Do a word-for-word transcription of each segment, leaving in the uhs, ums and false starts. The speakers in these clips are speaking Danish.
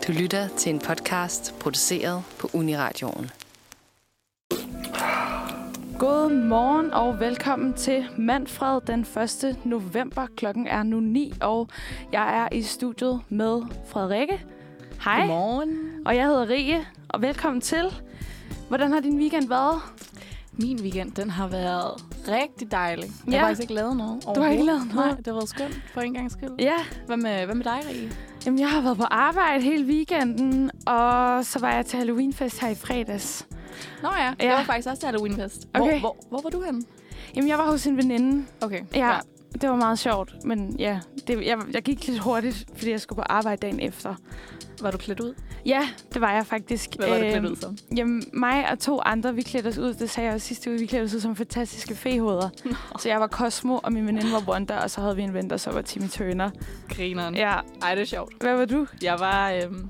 Du lytter til en podcast produceret på Uniradioen. God morgen og velkommen til Manfred den første november. Klokken er nu ni, og jeg er i studiet med Frederikke. Hej. Godmorgen. Og jeg hedder Rie, og velkommen til. Hvordan har din weekend været? Min weekend, den har været rigtig dejlig. Jeg Ja. har faktisk ikke lavet noget. Du har ikke lavet noget? Nej, det har været skønt for en gang skyld. Ja. Hvad med, hvad med dig, Rie? Jamen, jeg har været på arbejde hele weekenden, og så var jeg til Halloweenfest her i fredags. Nå ja, det Ja. var faktisk også til Halloweenfest. Hvor, Okay. hvor, hvor var du henne? Jamen, jeg var hos en veninde. Okay. Ja, ja. Det var meget sjovt, men ja, det, jeg, jeg gik lidt hurtigt, fordi jeg skulle på arbejde dagen efter. Var du klædt ud? Ja, det var jeg faktisk. Hvad var du klædt Øhm, ud som? Jamen, mig og to andre, vi klædte os ud. Det sagde jeg også sidste uge. Vi klædte os ud som fantastiske fehoveder. Så jeg var Cosmo, og min veninde var Wanda, og så havde vi en ven, der så var Timmy Turner. Grineren. Ja. Ej, det er sjovt. Hvad var du? Jeg var... Øhm...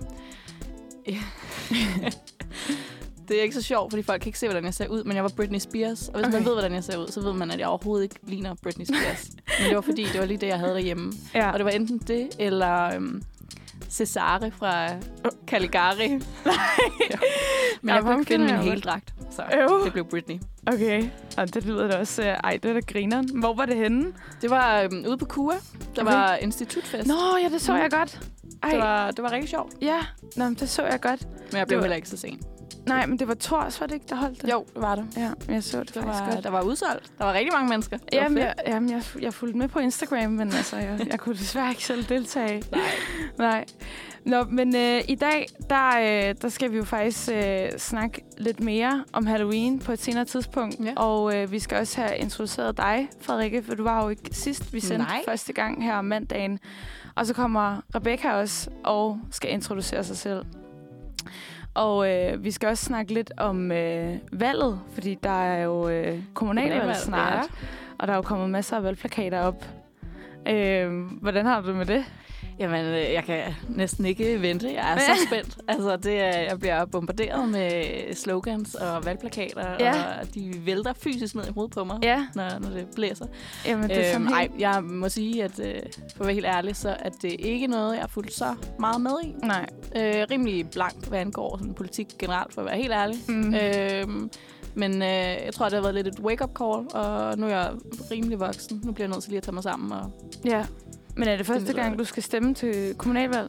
Det er ikke så sjovt, fordi folk kan ikke se, hvordan jeg ser ud, men jeg var Britney Spears. Og hvis Okay. man ved, hvordan jeg ser ud, så ved man, at jeg overhovedet ikke ligner Britney Spears. Men det var fordi, det var lige det, jeg havde derhjemme. Ja. Og det var enten det, eller øhm, Cesare fra Caligari. Nej. Men jeg Ja, kunne ham ikke finde kender min jeg hele godt. dragt, så Øv. det blev Britney. Okay. Og det lyder da også... Uh, ej, det er da grineren. Hvor var det henne? Det var øhm, ude på Kua. Der Okay. var institutfest. Nå, ja, det så Mm. jeg godt. Ej, Det var, det var rigtig sjovt, ja. Nå, men det så jeg godt. men jeg blev var- heller ikke så sen. Nej, men det var Thors, var det ikke, der holdt det? Jo, det var det. Ja, men jeg så det, Det faktisk var, godt. der var udsolgt. Der var rigtig mange mennesker. Det var Jamen, fedt. jeg, jamen jeg, jeg fulgte med på Instagram, men altså, jeg, jeg kunne desværre ikke selv deltage. Nej. Nej. Nå, men øh, i dag, der, øh, der skal vi jo faktisk øh, snakke lidt mere om Halloween på et senere tidspunkt. Ja. Og øh, vi skal også have introduceret dig, Frederikke, for du var jo ikke sidst, vi sendte Nej. første gang her om mandagen. Og så kommer Rebecca også og skal introducere sig selv. Og øh, vi skal også snakke lidt om øh, valget, fordi der er jo øh, kommunalvalg Kommunalvalg, snart. ja. Og der er jo kommet masser af valgplakater op. Øh, hvordan har du det med det? Jamen, øh, jeg kan næsten ikke vente. Jeg er så spændt. Altså, det er, jeg bliver bombarderet med slogans og valgplakater, Ja. og de vælter fysisk ned i hovedet på mig, Ja, når, når det blæser. jamen det er sådan Øhm, ej, helt... jeg må sige, at øh, for at være helt ærlig, så er det ikke noget, jeg har fulgt så meget med i. Nej. Øh, rimelig blank, hvad angår sådan politik generelt, for at være helt ærlig. Mm. Øhm, men øh, jeg tror, det har været lidt et wake-up call, og nu er jeg rimelig voksen. Nu bliver jeg nødt til lige at tage mig sammen. Og Ja. Men er det første videre. gang, du skal stemme til kommunalvalg?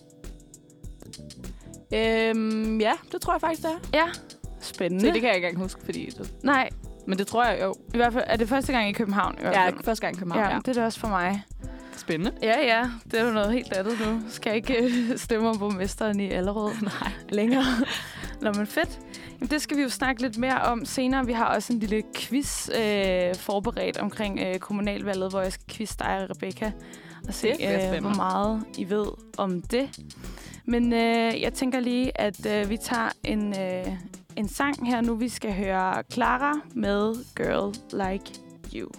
øhm, ja, det tror jeg faktisk, det er. Ja. Spændende. Så det kan jeg ikke engang huske, fordi... Det, Nej, men det tror jeg jo. i hvert fald er det første gang i København. I hvert Ja, fald. første gang i København, Ja, ja. det er det også for mig. Spændende. Ja, ja. Det er jo noget helt andet nu. Skal jeg ikke øh, stemme om borgmesteren i Allerød Nej. længere? Nå, men fedt. Jamen, det skal vi jo snakke lidt mere om senere. Vi har også en lille quiz øh, forberedt omkring øh, kommunalvalget, hvor jeg skal quizze dig og Rebecca og se, Det bliver øh, spændende. hvor meget I ved om det. Men øh, jeg tænker lige, at øh, vi tager en, øh, en sang her nu. Vi skal høre Clara med Girl Like You.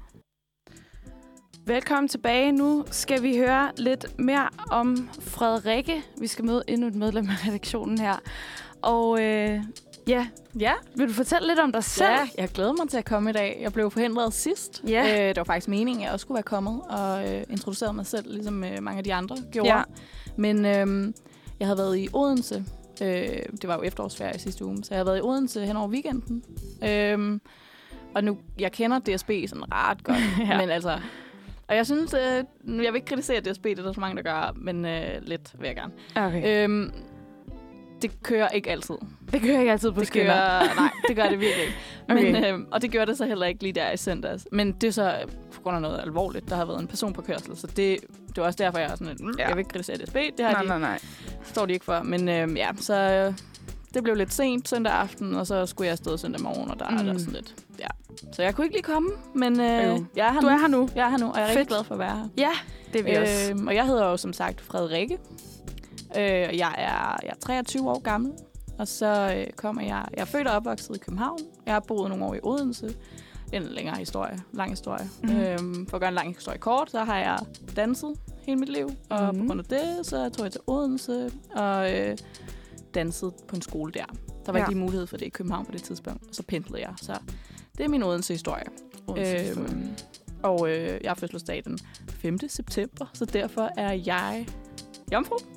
Velkommen tilbage. Nu skal vi høre lidt mere om Frederikke. Vi skal møde endnu et medlem af redaktionen her. Og øh, ja, Ja, vil du fortælle lidt om dig selv? ja, jeg glæder mig til at komme i dag. Jeg blev forhindret sidst. Ja. Øh, det var faktisk meningen, at jeg også skulle være kommet og øh, introducere mig selv, ligesom øh, mange af de andre gjorde. Ja. Men øh, jeg havde været i Odense. Øh, det var jo efterårsferie sidste uge, så jeg havde været i Odense hen over weekenden. Øh, og nu, jeg kender D S B sådan ret godt, Ja. men altså... Og jeg synes, øh, jeg vil ikke kritisere D S B, det er der så mange, der gør, men øh, lidt vil jeg gerne. Okay. Øhm, det kører ikke altid. Det kører ikke altid på Det skinner. kører, nej, det gør det virkelig ikke. Okay. Men, øhm, og det gør det så heller ikke lige der i søndags. Men det er så på grund af noget alvorligt. Der har været en person på kørsel, så det, det var også derfor, jeg er sådan lidt, mm, Ja. jeg vil ikke kritisere D S B. Det har Nej, de, nej, nej. står de ikke for. Men øhm, ja, så øh, det blev lidt sent søndag aften, og så skulle jeg afsted søndag morgen, og der Mm. er der sådan lidt, ja. Så jeg kunne ikke lige komme, men øh, Øv. jeg er her Du nu. er her nu. Jeg er her nu, og jeg er Fedt. rigtig glad for at være her. Ja, det er vi også. Øhm, og jeg hedder jo som sagt Frederikke. Øh, jeg, er, jeg er treogtyve år gammel. Og så øh, kommer jeg... Jeg er født og opvokset i København. Jeg har boet nogle år i Odense. En længere historie. Lang historie. Mhm. Mm. Øhm, for at gøre en lang historie kort, så har jeg danset hele mit liv. Og Mhm. på grund af det, så tog jeg til Odense og øh, dansede på en skole der. Der var Ja. ikke lige mulighed for det i København på det tidspunkt. Og så pendlede jeg. Så det er min Odense-historie. Odense-historie. Øhm, og øh, jeg har fødselsdag den femte september, så derfor er jeg jomfru.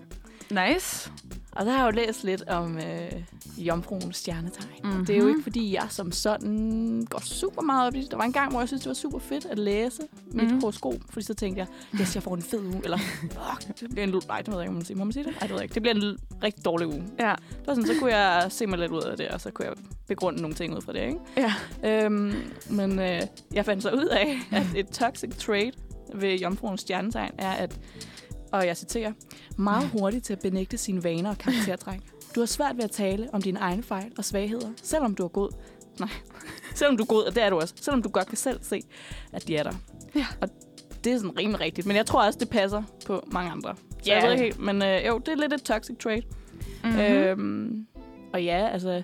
Nice. Og der har jeg jo læst lidt om øh, jomfruens stjernetegn. Mm-hmm. Det er jo ikke, fordi jeg som sådan går super meget op i det. Der var en gang, hvor jeg synes, det var super fedt at læse mit Mm-hmm. horoskop, fordi så tænkte jeg, yes, jeg får en fed uge. Eller, fuck, det bliver en... Nej, det ved jeg ikke, om man siger. Må man sige det? Nej, det ved jeg ikke. Det bliver en rigtig dårlig uge. Ja. Det var sådan, så kunne jeg se mig lidt ud af det, og så kunne jeg begrunde nogle ting ud fra det, ikke? Ja. Øhm, men øh, jeg fandt så ud af, at et toxic trait ved jomfruens stjernetegn er, at, og jeg citerer, meget hurtigt til at benægte sine vaner og karaktertræk. Du har svært ved at tale om dine egne fejl og svagheder, selvom du er god. Nej, selvom du er god, og det er du også. Selvom du godt kan selv se, at de er der. Ja. Og det er sådan rimelig rigtigt, men jeg tror også, det passer på mange andre. Så Ja. jeg ved ikke helt, men øh, jo, det er lidt et toxic trait. Mm-hmm. Øhm, og ja, altså,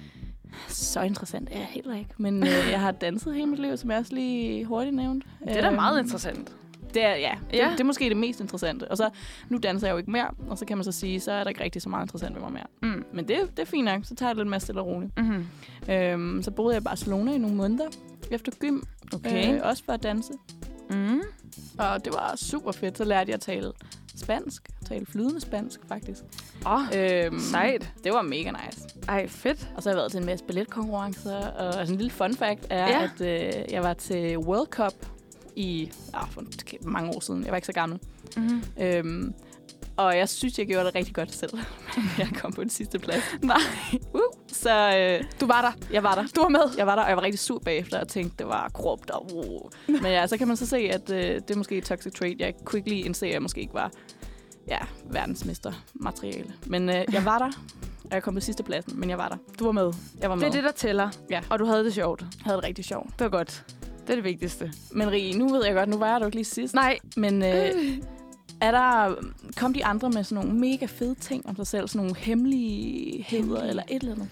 så interessant er jeg heller ikke. Men øh, jeg har danset hele mit liv, som jeg også lige hurtigt nævnte. Det er da meget interessant. Det er, ja, det, Ja. det er måske det mest interessante. Og så, nu danser jeg jo ikke mere, og så kan man så sige, så er der ikke rigtig så meget interessant ved mig mere. Mm. Men det, det er fint nok, så tager jeg det lidt mere stille og roligt. Mm-hmm. Øhm, så boede jeg i Barcelona i nogle måneder efter gym, Okay. øh, også for at danse. Mm. Og det var super fedt, så lærte jeg at tale spansk, tale flydende spansk faktisk. Åh, Øhm, sejt. Det var mega nice. Ej, fedt. Og så har jeg været til en masse balletkonkurrencer, og altså en lille fun fact er, Ja. at øh, jeg var til World Cup i ah, for mange år siden. Jeg var ikke så gammel. Mm-hmm. Øhm, og jeg synes, jeg gjorde det rigtig godt selv. Jeg kom på den sidste plads. Nej. Uh, så øh, Du var der. jeg var der. Du var med. Jeg var der, og jeg var rigtig sur bagefter og tænkte, det var korrupt. Og, uh. Men ja, så kan man så se, at øh, det er måske et toxic trait. Jeg kunne ikke lige indse, at jeg måske ikke var ja, verdensmestermateriale. Men øh, jeg var der, og jeg kom på sidste pladsen, men jeg var der. Du var med. Jeg var med. Det er det, der tæller. Ja. Og du havde det sjovt. Jeg havde det rigtig sjovt. Det var godt. Det er det vigtigste. Men Rie, nu ved jeg godt, nu var jeg jo ikke lige sidst. Nej. Men øh, er der, kom de andre med sådan nogle mega fede ting om sig selv? Sådan nogle hemmeligheder Hemmelige. eller et eller andet?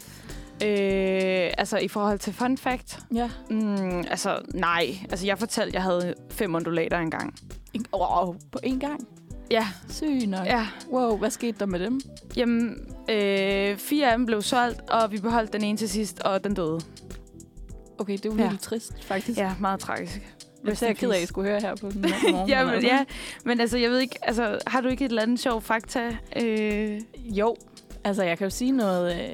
Øh, altså, i forhold til fun fact? Ja. Mm, altså, nej. Altså, jeg fortalte, at jeg havde fem undulater engang. En, wow, på én gang? Ja. Syg nok. Ja. Wow, hvad skete der med dem? Jamen, øh, fire af dem blev solgt, og vi beholdt den ene til sidst, og den døde. Okay, det er jo Ja. virkelig trist, faktisk. Ja, meget tragisk. Jeg er ked af, at I skulle høre her på den her morgen. ja, men, ja, men altså, jeg ved ikke, altså, har du ikke et eller andet sjovt fakta? Øh... Jo, altså jeg kan jo sige noget... Øh,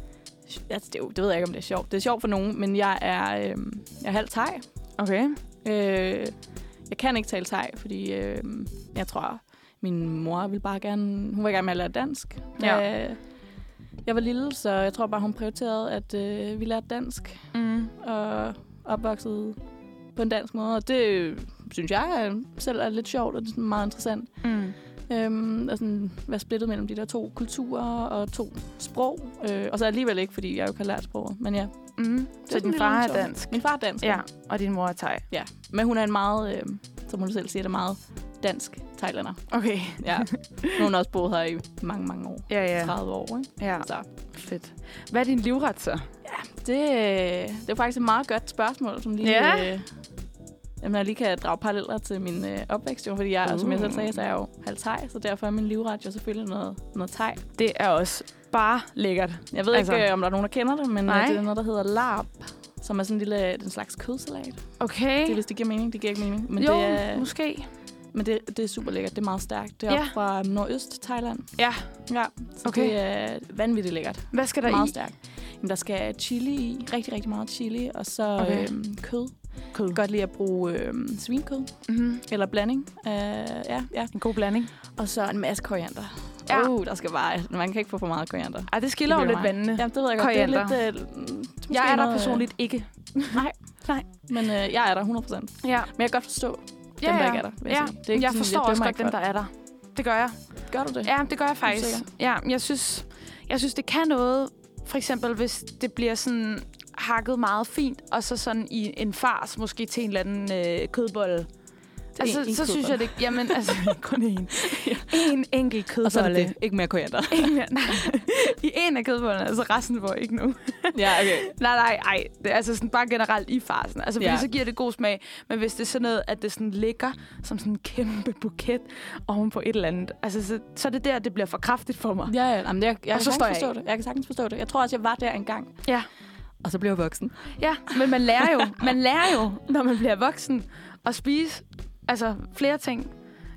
altså, det, er jo, det ved jeg ikke, om det er sjovt. Det er sjovt for nogen, men jeg er, øh, jeg er halvt thai. Okay. Øh, jeg kan ikke tale thai, fordi øh, jeg tror, min mor ville bare gerne... Hun vil gerne med at lære dansk. Ja. Jeg, jeg var lille, så jeg tror bare, hun prioriterede, at øh, vi lærte dansk. Mm. Og opvokset på en dansk måde. Og det synes jeg selv er lidt sjovt, og det er sådan meget interessant. Mm. Øhm, og sådan være splittet mellem de der to kulturer og to sprog. Øh, og så alligevel ikke, fordi jeg jo ikke har lært sproget. Men ja. Mm. Så sådan din lidt far er sjovt. dansk? Min far er dansk. Ja, og din mor er thai? Ja. Men hun er en meget, øh, som hun selv siger, det er meget dansk thailander. Okay. Ja. Hun har også boet her i mange, mange år. Ja, ja. tredive år, ikke? Ja, Så fedt. Hvad er din livret så? det, øh, det er faktisk et meget godt spørgsmål, som lige... Ja. Øh, Jamen, jeg lige kan drage paralleller til min øh, opvækst, jo, fordi jeg, uh. som jeg selv sagde, så er jeg jo halv thai, så derfor er min livret jo selvfølgelig noget, noget thai. Det er også bare lækkert. Jeg ved altså, ikke, øh, om der er nogen, der kender det, men Nej. øh, det er noget, der hedder larp, som er sådan en lille den slags kødsalat. Okay. Det er, hvis det giver mening. Det giver ikke mening. Men, jo, det er, måske. men det, det er super lækkert. Det er meget stærkt. Det er Ja. op fra nordøst Thailand. Ja. Ja, så Okay. det er vanvittigt lækkert. Hvad skal der Meget i? stærkt. Jamen, der skal chili i. Rigtig, rigtig meget chili. Og så Okay. øhm, kød. Kød. Jeg kan godt lide at bruge øhm, svinkød. Mm-hmm. Eller blanding. Uh, ja, ja. En god blanding. Og så en masse koriander. Ja. Uh, der skal bare... Man kan ikke få for meget koriander. Ej, det skiller jo Det lidt bliver mig. vandene. Ja, det ved jeg godt. Koriander. Det er lidt... Øh, måske Jeg er der noget, personligt ikke. Nej. Nej. Men øh, jeg er der hundrede procent. Ja. Men jeg kan godt forstå Ja, dem, der ja. ikke er der. Vil jeg Ja. sige. Det er ikke Jeg sådan, forstår jeg også dømmer godt ikke dem, for der er der. Det gør jeg. det. Gør du det? Ja, det gør jeg faktisk. sikker? Ja, jeg synes, jeg synes, det kan noget. For eksempel, hvis det bliver sådan hakket meget fint, og så sådan i en fars, måske til en eller anden øh, kødbolle. Altså, en- en så synes jeg kødbolle. det... Jamen, altså, kun én. Ja. En enkelt kødbolle. Og så er det det. Ikke mere koriander. Ikke mere, nej. I en af kødbollerne, altså resten får ikke nogen. ja, okay. Nej, nej, ej. Det er altså sådan bare generelt i farsen. Altså, fordi Ja. så giver det god smag. Men hvis det er sådan noget, at det sådan ligger som sådan en kæmpe buket oven på et eller andet, altså, så, så er det der, det bliver for kraftigt for mig. Ja, ja. Jamen, jeg, jeg, Og kan så står sagtens jeg forstå det. Jeg kan sagtens forstå det. Jeg tror også, jeg var der engang. Ja. Og så blev jeg voksen. Ja, men man lærer jo, man lærer jo, når man bliver voksen, at spise altså flere ting.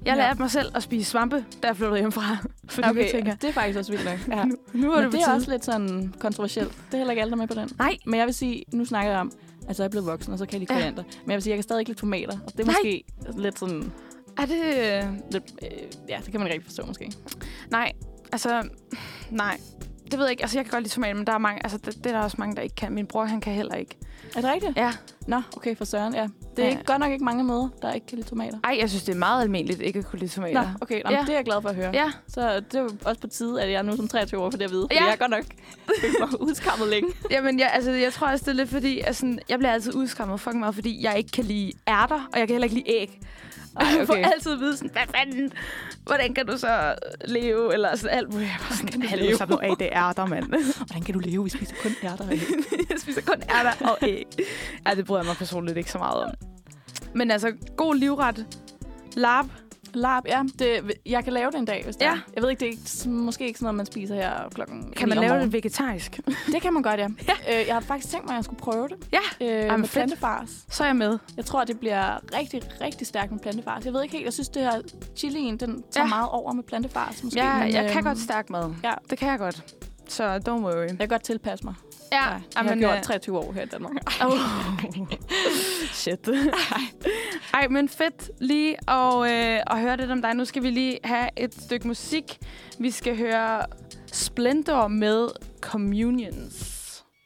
Jeg lærte mig selv at spise svampe, da jeg flyttede hjemmefra. Fordi Okay, jeg tænker, det er faktisk også vildt nok. Ja. nu, nu er Men det på det er tide. også lidt sådan kontroversielt. Det er heller ikke alle, der er med på den. Nej. Men jeg vil sige, nu snakker jeg om, altså jeg er blevet voksen, og så kan jeg lide Ja. koriander. Men jeg vil sige, jeg kan stadig ikke lide tomater. Og det er Nej. måske lidt sådan... Er det... Lidt, øh, ja, det kan man ikke rigtig forstå, måske. Nej, altså... Nej. Det ved jeg ikke. Altså, jeg kan godt lide tomater, men der er mange... Altså, det, det er der også mange, der ikke kan. Min bror, han kan heller ikke. Er det rigtigt? Ja. Nå, okay, for søren, ja. Det er Ja. ikke, godt nok ikke mange med, der ikke kan lide tomater. Ej, jeg synes, det er meget almindeligt ikke at kunne lide tomater. Nå, okay, nå, Ja. det er jeg glad for at høre. Ja. Så det er jo også på tide, at jeg er nu som treogtyve år for det at vide. Fordi Ja. jeg har godt nok følt mig udskammet længe. Jamen, jeg, altså, jeg tror også, det er lidt fordi... Altså, jeg bliver altid udskammet fucking meget, fordi jeg ikke kan lide ærter, og jeg kan heller ikke lide æg. Og Ej, jeg okay. får altid at vide sådan, hvad fanden? Hvordan kan du så leve? Eller sådan alt muligt. Jeg var sådan, kan du hallo, leve? slap nu af, det er ærter, mand. Hvordan kan du leve? Vi spiser kun ærter. Jeg spiser kun ærter og æg. Ja, det bryder jeg mig personligt ikke så meget om. Men altså, god livret. Larp. Larp, ja. Det, jeg kan lave det en dag, hvis det Ja. er. Jeg ved ikke, det er ikke, måske ikke sådan noget, man spiser her klokken Kan man lave det vegetarisk? Det kan man godt, ja. Ja. Øh, jeg har faktisk tænkt mig, at jeg skulle prøve det. Ja. Øh, Jamen, med fedt. plantefars. Så er jeg med. Jeg tror, det bliver rigtig, rigtig stærkt med plantefars. Jeg ved ikke helt, jeg synes, det her chilien, den tager Ja. ja. meget over med plantefars. Måske, Ja, men, jeg kan øhm, godt stærk mad. Ja. Det kan jeg godt. Så don't worry. Jeg kan godt tilpasse mig. Ja, Ja, jeg har gjort treogtyve år her i Danmark. Oh. Shit. Ej, men fedt lige at, øh, at høre lidt om dig. Nu skal vi lige have et stykke musik. Vi skal høre Splendor med Communions.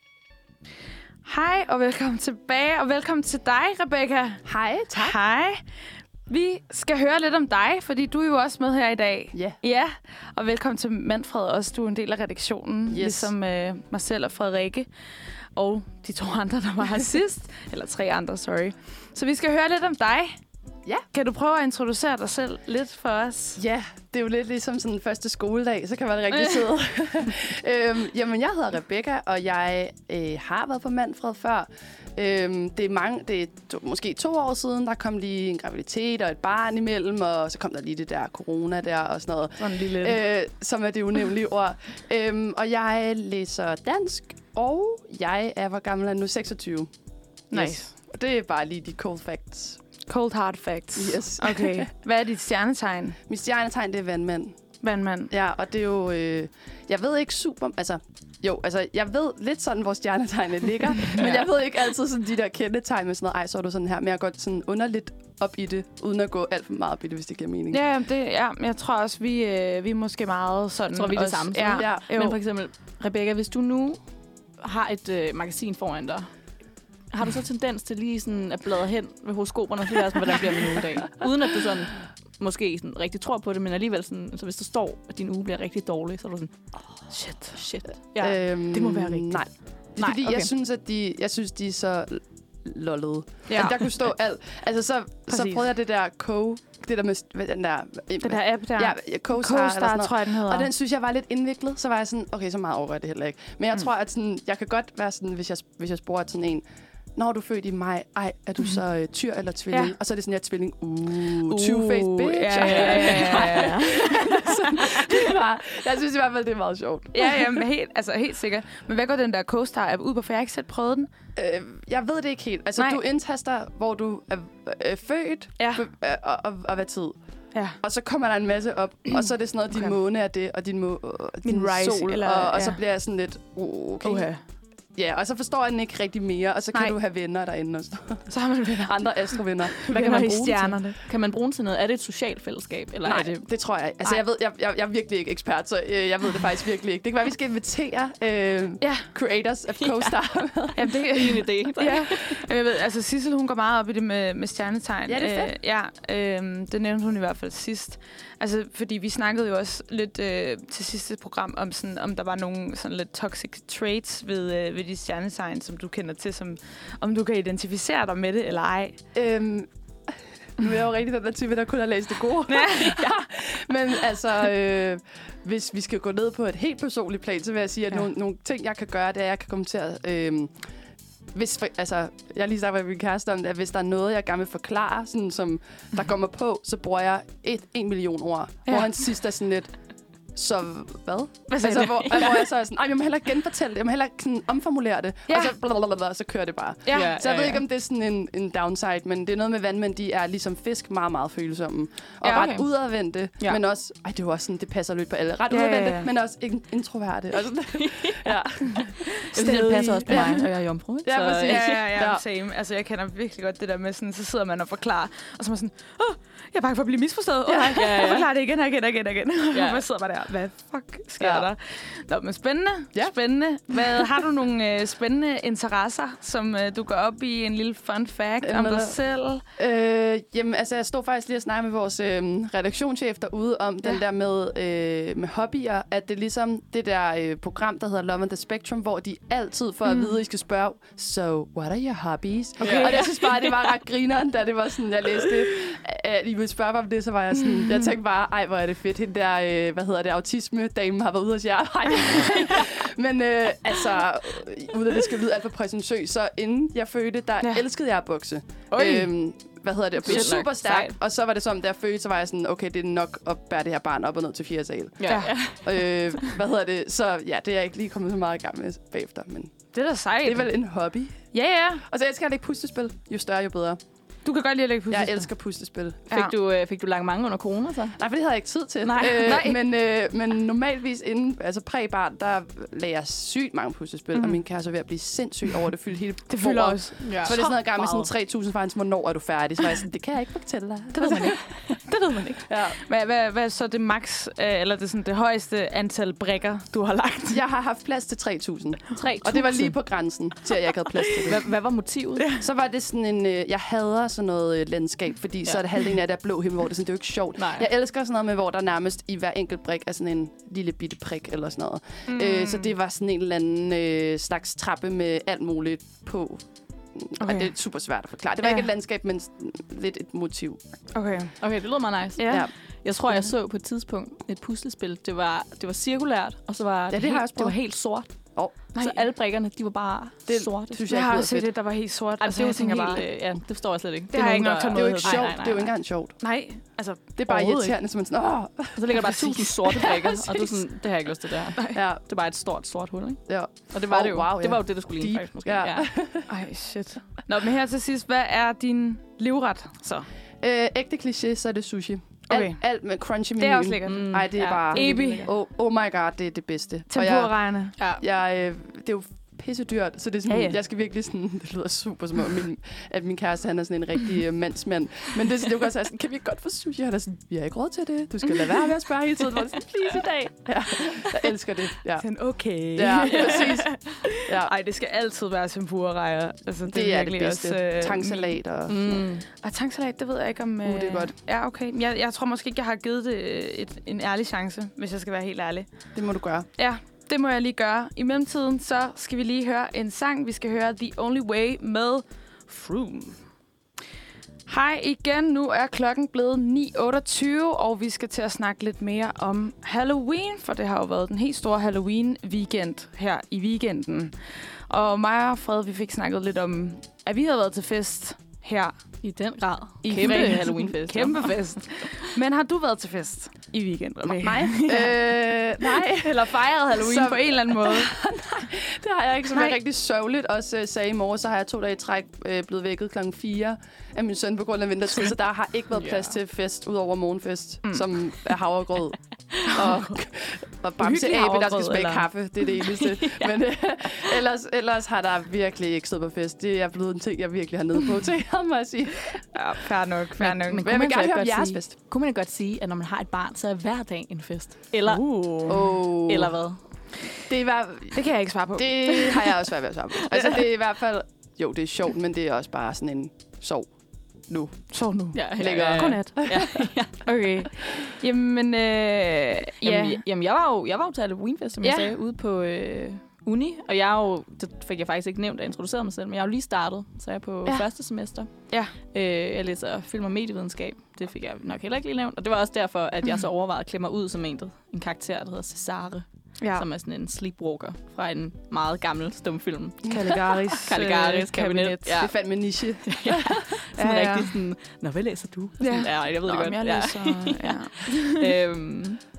Hej og velkommen tilbage, og velkommen til dig, Rebecca. Hej, tak. Hej. Vi skal høre lidt om dig, fordi du er jo også med her i dag. Ja. Ja, og velkommen til Manfred også. Du er en del af redaktionen, Yes. ligesom øh, mig selv og Frederikke. Og de to andre, der var her sidst. Eller tre andre, sorry. Så vi skal høre lidt om dig. Ja. Kan du prøve at introducere dig selv lidt for os? Ja, det er jo lidt ligesom sådan den første skoledag, så kan man rigtig sidde. øhm, jamen, jeg hedder Rebecca, og jeg øh, har været på Manfred før. Øhm, det er, mange, det er to, måske to år siden, der kom lige en graviditet og et barn imellem, og så kom der lige det der corona der og sådan noget. Sådan lige lidt. Øh, som er det unævnlige ord. Øhm, og jeg læser dansk, og jeg er, hvor gammel er jeg nu? seksogtyve. Nice. Og det er bare lige de cold facts. Cold hard facts. Yes. Okay. Hvad er dit stjernetegn? Mit stjernetegn, det er vandmand. Vandmand. Ja, og det er jo... Øh, jeg ved ikke super... Altså, jo, altså, jeg ved lidt sådan, hvor stjernetegnene ligger, men jeg ved ikke altid sådan de der kendetegn med sådan noget, ej, så er du sådan her, men jeg går sådan under lidt op i det, uden at gå alt for meget op i det, hvis det giver mening. Ja, det, ja, jeg tror også, vi, øh, vi er måske meget sådan... Jeg tror, vi er det også- samme. Ja, Ja. jo. Men for eksempel, Rebecca, hvis du nu har et øh, magasin foran dig, har du så tendens til lige sådan at bladre hen ved horoskoperne, og så være sådan, hvordan bliver min uge i dag? Uden at du sådan måske sådan rigtig tror på det, men alligevel sådan, så hvis der står, at din uge bliver rigtig dårlig, så er du sådan, oh, shit, shit. Ja. Øhm, det må være rigtigt. Nej. Det er Nej, fordi, okay. jeg synes, at de, jeg synes, de er så lollede. Ja. Ja. At der kunne stå alt. Altså, så, så Præcis. prøvede jeg det der Co, det der med hvad, den der... Den der app der. Ja, Co-Star, eller sådan Co-Star, noget. tror jeg, den hedder. Og den synes jeg var lidt indviklet. Så var jeg sådan, okay, så meget overgår jeg det heller ikke. Men jeg mm. tror, at sådan, jeg kan godt være sådan, hvis jeg, hvis jeg sporer sådan en, når du er født i maj, ej, er du så øh, tyr eller tvilling? Ja. Og så er det sådan, jeg er tvilling. Uh, two-faced bitch. Ja, ja, ja, ja, ja. Sådan, det var, jeg synes i hvert fald, det er meget sjovt. ja, ja, men helt, altså helt sikkert. Men hvad går den der Co-Star-app ud på? For jeg har ikke selv prøvet den. Øh, jeg ved det ikke helt. Altså, Nej. du indtaster, hvor du er øh, født, Ja. øh, og, og, og hvad tid. Ja. Og så kommer der en masse op, og så er det sådan noget, din Okay. måne er det, og din, må, øh, din rise, sol, eller- og, og ja. så bliver jeg sådan lidt, uh, okay. Okay. Ja, og så forstår jeg den ikke rigtig mere, og så kan Nej. du have venner derinde og sådan. Så har man venner. Andre astrovenner. Hvad kan man bruge stjernerne? til? Kan man bruge den til noget? Er det et socialt fællesskab? Eller Nej, er det... det tror jeg ikke. Altså, Nej. jeg ved, jeg, jeg, jeg er virkelig ikke ekspert, så øh, jeg ved det faktisk virkelig ikke. Det kan være, vi skal invitere øh, Ja. creators af Co-Star med. Jamen, det, Det er en idé. ja. Jeg ved, altså Sissel, hun går meget op i det med, med stjernetegn. Ja, det er fedt. Øh, ja, øh, det nævnte hun i hvert fald sidst. Altså, fordi vi snakkede jo også lidt øh, til sidste program om, sådan, om der var nogle sådan lidt toxic traits ved, øh, ved de stjernetegn, som du kender til, som om du kan identificere dig med det eller ej. Øhm, nu er jeg jo rigtig den der type, der kun har læst det gode. Ja. ja. Men altså, øh, hvis vi skal gå ned på et helt personligt plan, så vil jeg sige, at Ja. ja. nogle, nogle ting, jeg kan gøre, det er, at jeg kan kommentere... Øh, hvis for, altså, jeg har lige sagt med min kæreste om det, at hvis der er noget, jeg gerne vil forklare, sådan, som der går mig på, så bruger jeg et, en million ord. Ja. Hvor han sidst er sådan lidt... så hvad? Hvad sagde Altså, du? hvor, hvor jeg så er sådan, ej, jeg må heller ikke genfortælle det, jeg må heller ikke sådan omformulere det. Ja. Og så, blablabla, så kører det bare. Ja. Ja. Så jeg ved ikke, om det er sådan en, en downside, men det er noget med vandmænd, de er ligesom fisk meget, meget følsomme. Og Ja, ret okay. udadvendte, Ja. men også, ej, det var også sådan, det passer lidt på alle. Ret Ja, ja, udadvendte, ja. men også in- introverte. Altså, ja. Det, det passer også på mig, og jeg er jomfru. ikke? Ja, Så, præcis. Ja, ja, ja, Ja. same. Altså, jeg kender virkelig godt det der med sådan, så sidder man og forklarer, og så er man sådan, åh, jeg er bange for at blive misforstået. Åh, nej, Ja, ja. jeg forklarer det igen og igen og igen og igen. Ja. Og man sidder bare der, hvad fuck sker Ja. der? Nå, men spændende. Ja. Spændende. Hvad, har du nogle øh, spændende interesser, som øh, du går op i? En lille fun fact om Jamen, dig selv? Øh, jamen, altså, jeg stod faktisk lige og snakkede med vores øh, redaktionschef derude om ja. den der med, øh, med hobbyer, at det er ligesom det der øh, program, der hedder Love on the Spectrum, hvor de altid får mm. at vide, at I skal spørge, so, what are your hobbies? Okay. Og jeg synes bare, det var ret grineren, da det var sådan, jeg læste det, at I ville spørge mig om det, så var jeg sådan, jeg tænkte bare, ej, hvor er det fedt, hende der, øh, hvad hedder det, autisme-damen har været ude hos jer. Ej. Men øh, altså, uden at det skal lyde alt for præsentøst, så inden jeg fødte, der Ja. ja. elskede jeg at bokse. Oj. Øhm, hvad hedder det? Jeg blev Shit, super nok. stærk. Sejt. Og så var det som, da jeg fødte, så var jeg sådan, okay, det er nok at bære det her barn op og ned til fire sal. Ja. Ja. øh, hvad hedder det? Så ja, det er jeg ikke lige kommet så meget i gang med bagefter. Men Det er da sejt. det er vel en hobby. Ja, ja. Og så elsker jeg at lægge puslespil. Jo større, jo bedre. Du kan godt lide at lægge puslespil. Jeg elsker puslespil. Fik, Ja. du, øh, fik du langt mange under corona, så? Nej, for det havde jeg ikke tid til. Nej. Øh, Nej. Men, øh, men normalvis inden, altså præ-barn, der lagde jeg sygt mange puslespil, mm. og min kæreste var ved at blive sindssyg over, det fyldte hele Det fylder bordet. også. Ja. Så var det sådan noget gang med sådan meget. tre tusind for hans, hvornår er du færdig? Så var jeg sådan, det kan jeg ikke fortælle dig. Det ved man ikke. Det ved man ikke. Ja. Hvad, hvad, hvad er så det max, øh, eller det, sådan, det højeste antal brikker, du har lagt? Jeg har haft plads til tre tusind, tre og det var lige på grænsen til, at jeg ikke havde plads til det. Hvad, hvad var motivet? Så var det sådan en, øh, jeg hader sådan noget øh, landskab, fordi ja. så er det halvdelen af det er blå himmel, hvor det, sådan, det er jo ikke sjovt. Nej. Jeg elsker sådan noget med, hvor der nærmest i hver enkelt brik er sådan en lille bitte prik eller sådan noget. Mm. Øh, så det var sådan en eller anden øh, slags trappe med alt muligt på. Okay. Og det er super svært at forklare. Det var Ja. ikke et landskab, men lidt et motiv. Okay. Okay, det lyder meget nice. Ja. Ja. Jeg tror, jeg så på et tidspunkt et puslespil. Det var, det var cirkulært, og så var det det, har jeg helt, også det var prøvet. helt sort. Oh. Nej. Så alle brikkerne, de var bare Det sorte. synes Jeg, jeg har ikke også lyder set fedt. det, der var helt sort. Altså, Altså, det var jeg sådan tænker helt... bare, Øh, ja, det forstår jeg slet ikke. Det har jeg ikke nogen, nok der- tålmodighed. Det er jo ikke Nej, sjovt. nej, nej, Det er jo ikke nej. engang sjovt. nej, altså, Det er bare overhovedet irriterende, som man sådan, åh. Og så ligger der bare Præcis. tusind sorte brikker, og du er sådan, det har jeg ikke lyst til det her. Ja, Det er bare et stort, sort hul, ikke? ja. Og det var Oh, det jo. wow, Det ja. var jo det, der skulle ligne, Deep. faktisk, måske. Ja. Ja. ej, shit. Nå, men her til sidst, hvad er din livret så? Øh, ægte kliché, så er det sushi. Okay. Alt, alt med crunchy Det er også lækkert. Mm, Ej, det er bare... Ebi. Oh, oh my god, det er det bedste. Og jeg, Tempurrejene. Ja. jeg, øh, det er jo pisse dyrt, så det er sådan, Ja, ja, ja. ja. jeg skal virkelig sådan, det lyder super som om, min, at min kæreste, han er sådan en rigtig uh, mandsmand. Men det, det er jo godt sådan, kan vi ikke godt få sushi? Han er sådan, vi har ikke råd til det. Du skal lade være med at spørge hele tiden. Hvor det sådan, please i dag. Ja, jeg elsker det. Ja, Sådan, okay. ja præcis. Ja. Ej, det skal altid være tempura-rejer. Altså, det, Det er det virkelig bedste. Også, øh, Tangsalat og... Mm. Og tangsalat, det ved jeg ikke om... Uh, det er godt. Ja, okay. Jeg, jeg tror måske ikke, jeg har givet det et, en ærlig chance, hvis jeg skal være helt ærlig. Det må du gøre. Ja, det må jeg lige gøre. I mellemtiden, så skal vi lige høre en sang. Vi skal høre The Only Way med Froome. Hej igen. Nu er klokken blevet ni otteogtyve, og vi skal til at snakke lidt mere om Halloween, for det har jo været den helt store Halloween-weekend her i weekenden. Og mig og Fred, vi fik snakket lidt om, at vi havde været til fest her I den grad. i Kæmpe fredags. Halloween-fest. Kæmpe fest. Men har du været til fest i weekenden? Rebecca? Mig? øh, nej. Eller fejret Halloween Så- på en eller anden måde? Det har jeg ikke, som Nej. er rigtig sørgeligt. Også uh, sagde i morgen, så har jeg to dage i træk uh, blevet vækket klokken fire af min søn på grund af vintertid, så der har ikke været plads til fest, ud over morgenfest, mm. som er havregrød og, og bamse Uhyggelig abe, der skal havregrød, smage eller? kaffe. Det er det eneste. ja. Men uh, ellers, ellers har der virkelig ikke stået på fest. Det er blevet en ting, jeg virkelig har nede på til, må jeg sige. Ja, fair nok, fair nok. Men Men kunne jeg man vil så gerne ikke høre om godt jeres sige- fest. Kunne man godt sige, at når man har et barn, så er hver dag en fest? Eller, Uh. Oh. eller hvad? Det, var, Det kan jeg ikke svare på. det har jeg også været ved at svare på. Altså, det er i hvert fald... Jo, det er sjovt, men det er også bare sådan en sov nu. Sov nu. Ja, Lækker. Godnat. Ja. Okay. Jamen, øh, ja. Jamen, jamen jeg, var jo, jeg var jo til Halloweenfest, som Ja. jeg sagde, ude på øh, uni. Og jeg er jo, det fik jeg faktisk ikke nævnt, da jeg introducerede mig selv, men jeg er jo lige startet, så jeg er på Ja. ja. første semester. Ja. Øh, jeg læser film- og medievidenskab. Det fik jeg nok heller ikke lige nævnt. Og det var også derfor, at jeg så overvejede at klemme mig ud som en, der, en karakter, der hedder Cesare, ja. ja. som er sådan en sleepwalker fra en meget gammel stumfilm. Caligaris, Caligaris øh, kabinet. kabinet. Ja. Det er fandme niche. Sådan Ja, ja, ja. rigtig sådan, nå, hvad læser du? Ja. Sådan, ja, jeg ved Nå, det godt. men jeg Ja. læser... Ja. øhm,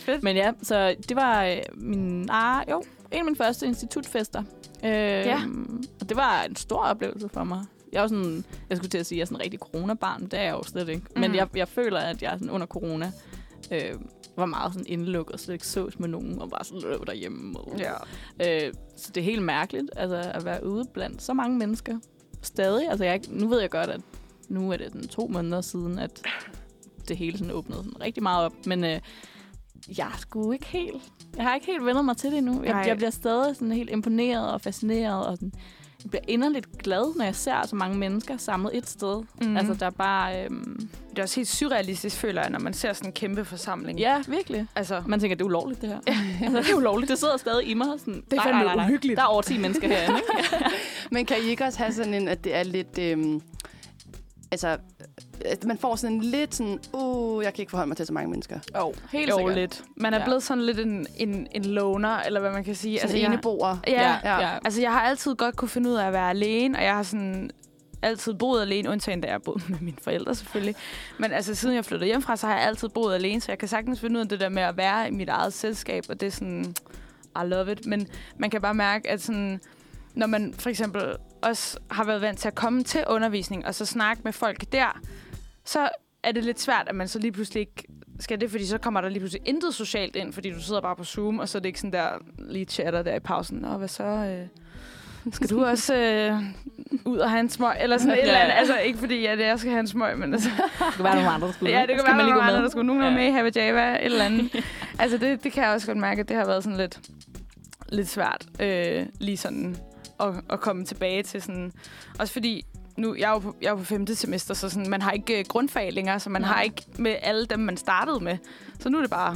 Fedt. Men ja, så det var øh, min, ah, jo, en af mine første institutfester. Øh, Ja. Og det var en stor oplevelse for mig. Jeg er jo sådan, jeg skulle til at sige, at jeg er sådan en rigtig coronabarn. Det er jeg jo slet ikke. Men Mhm. jeg, jeg føler, at jeg sådan under corona øh, var meget sådan indelukket, og slet ikke sås med nogen, og bare sådan løb derhjemme. Og, Ja. øh, så det er helt mærkeligt altså, at være ude blandt så mange mennesker. Stadig. Altså, jeg, nu ved jeg godt, at nu er det den to måneder siden, at det hele sådan åbnede sådan rigtig meget op. Men øh, jeg er sgu ikke helt... Jeg har ikke helt vendt mig til det endnu. Jeg, Nej. jeg bliver stadig sådan helt imponeret og fascineret, og sådan, jeg bliver inderligt glad, når jeg ser så mange mennesker samlet et sted. Mhm. Mm. Altså, der er bare... Øhm, Det er også helt surrealistisk, føler jeg, når man ser sådan en kæmpe forsamling. ja, virkelig. Altså, Man tænker, det er ulovligt, det her. altså, det er ulovligt. Det sidder stadig i mig. Sådan, Det er nej, fandme nej, nej, nej. uhyggeligt. Der er over ti mennesker herinde, ikke? Men kan I ikke også have sådan en, at det er lidt... Øhm, altså, at man får sådan en lidt sådan... Uh, jeg kan ikke forholde mig til så mange mennesker. Jo, helt jo, sikkert. lidt. Man er Ja. blevet sådan lidt en, en, en loner, eller hvad man kan sige. Sådan altså, altså, jeg, eneboer. ja, Ja, Ja. ja. altså jeg har altid godt kunne finde ud af at være alene, og jeg har sådan altid boet alene, undtagen da jeg boede med mine forældre selvfølgelig. Men altså siden jeg flyttede hjemmefra, så har jeg altid boet alene, så jeg kan sagtens finde ud af det der med at være i mit eget selskab, og det er sådan, I love it. Men man kan bare mærke, at sådan, når man for eksempel også har været vant til at komme til undervisning, og så snakke med folk der, så er det lidt svært, at man så lige pludselig ikke skal det, fordi så kommer der lige pludselig intet socialt ind, fordi du sidder bare på Zoom, og så er det ikke sådan der lige chatter der i pausen. Nå, hvad så? Øh, skal du også øh, ud og have en smøg? Eller sådan et Ja, eller andet. ja. Altså, ikke fordi, at jeg skal have en smøg, men altså... Det kan være nogle andre, der skulle. Ja, det kan Skal være, man lige gå nogle andre, med? der skulle. Nogen er Ja. med i Have Java, et eller andet. Altså, det, det kan jeg også godt mærke, at det har været sådan lidt, lidt svært øh, lige sådan at, at komme tilbage til sådan... Også fordi, nu, jeg er jo på, jeg er jo på femte semester, så sådan, man har ikke øh, grundfag længere, så man Nej. har ikke med alle dem, man startede med. Så nu er det bare...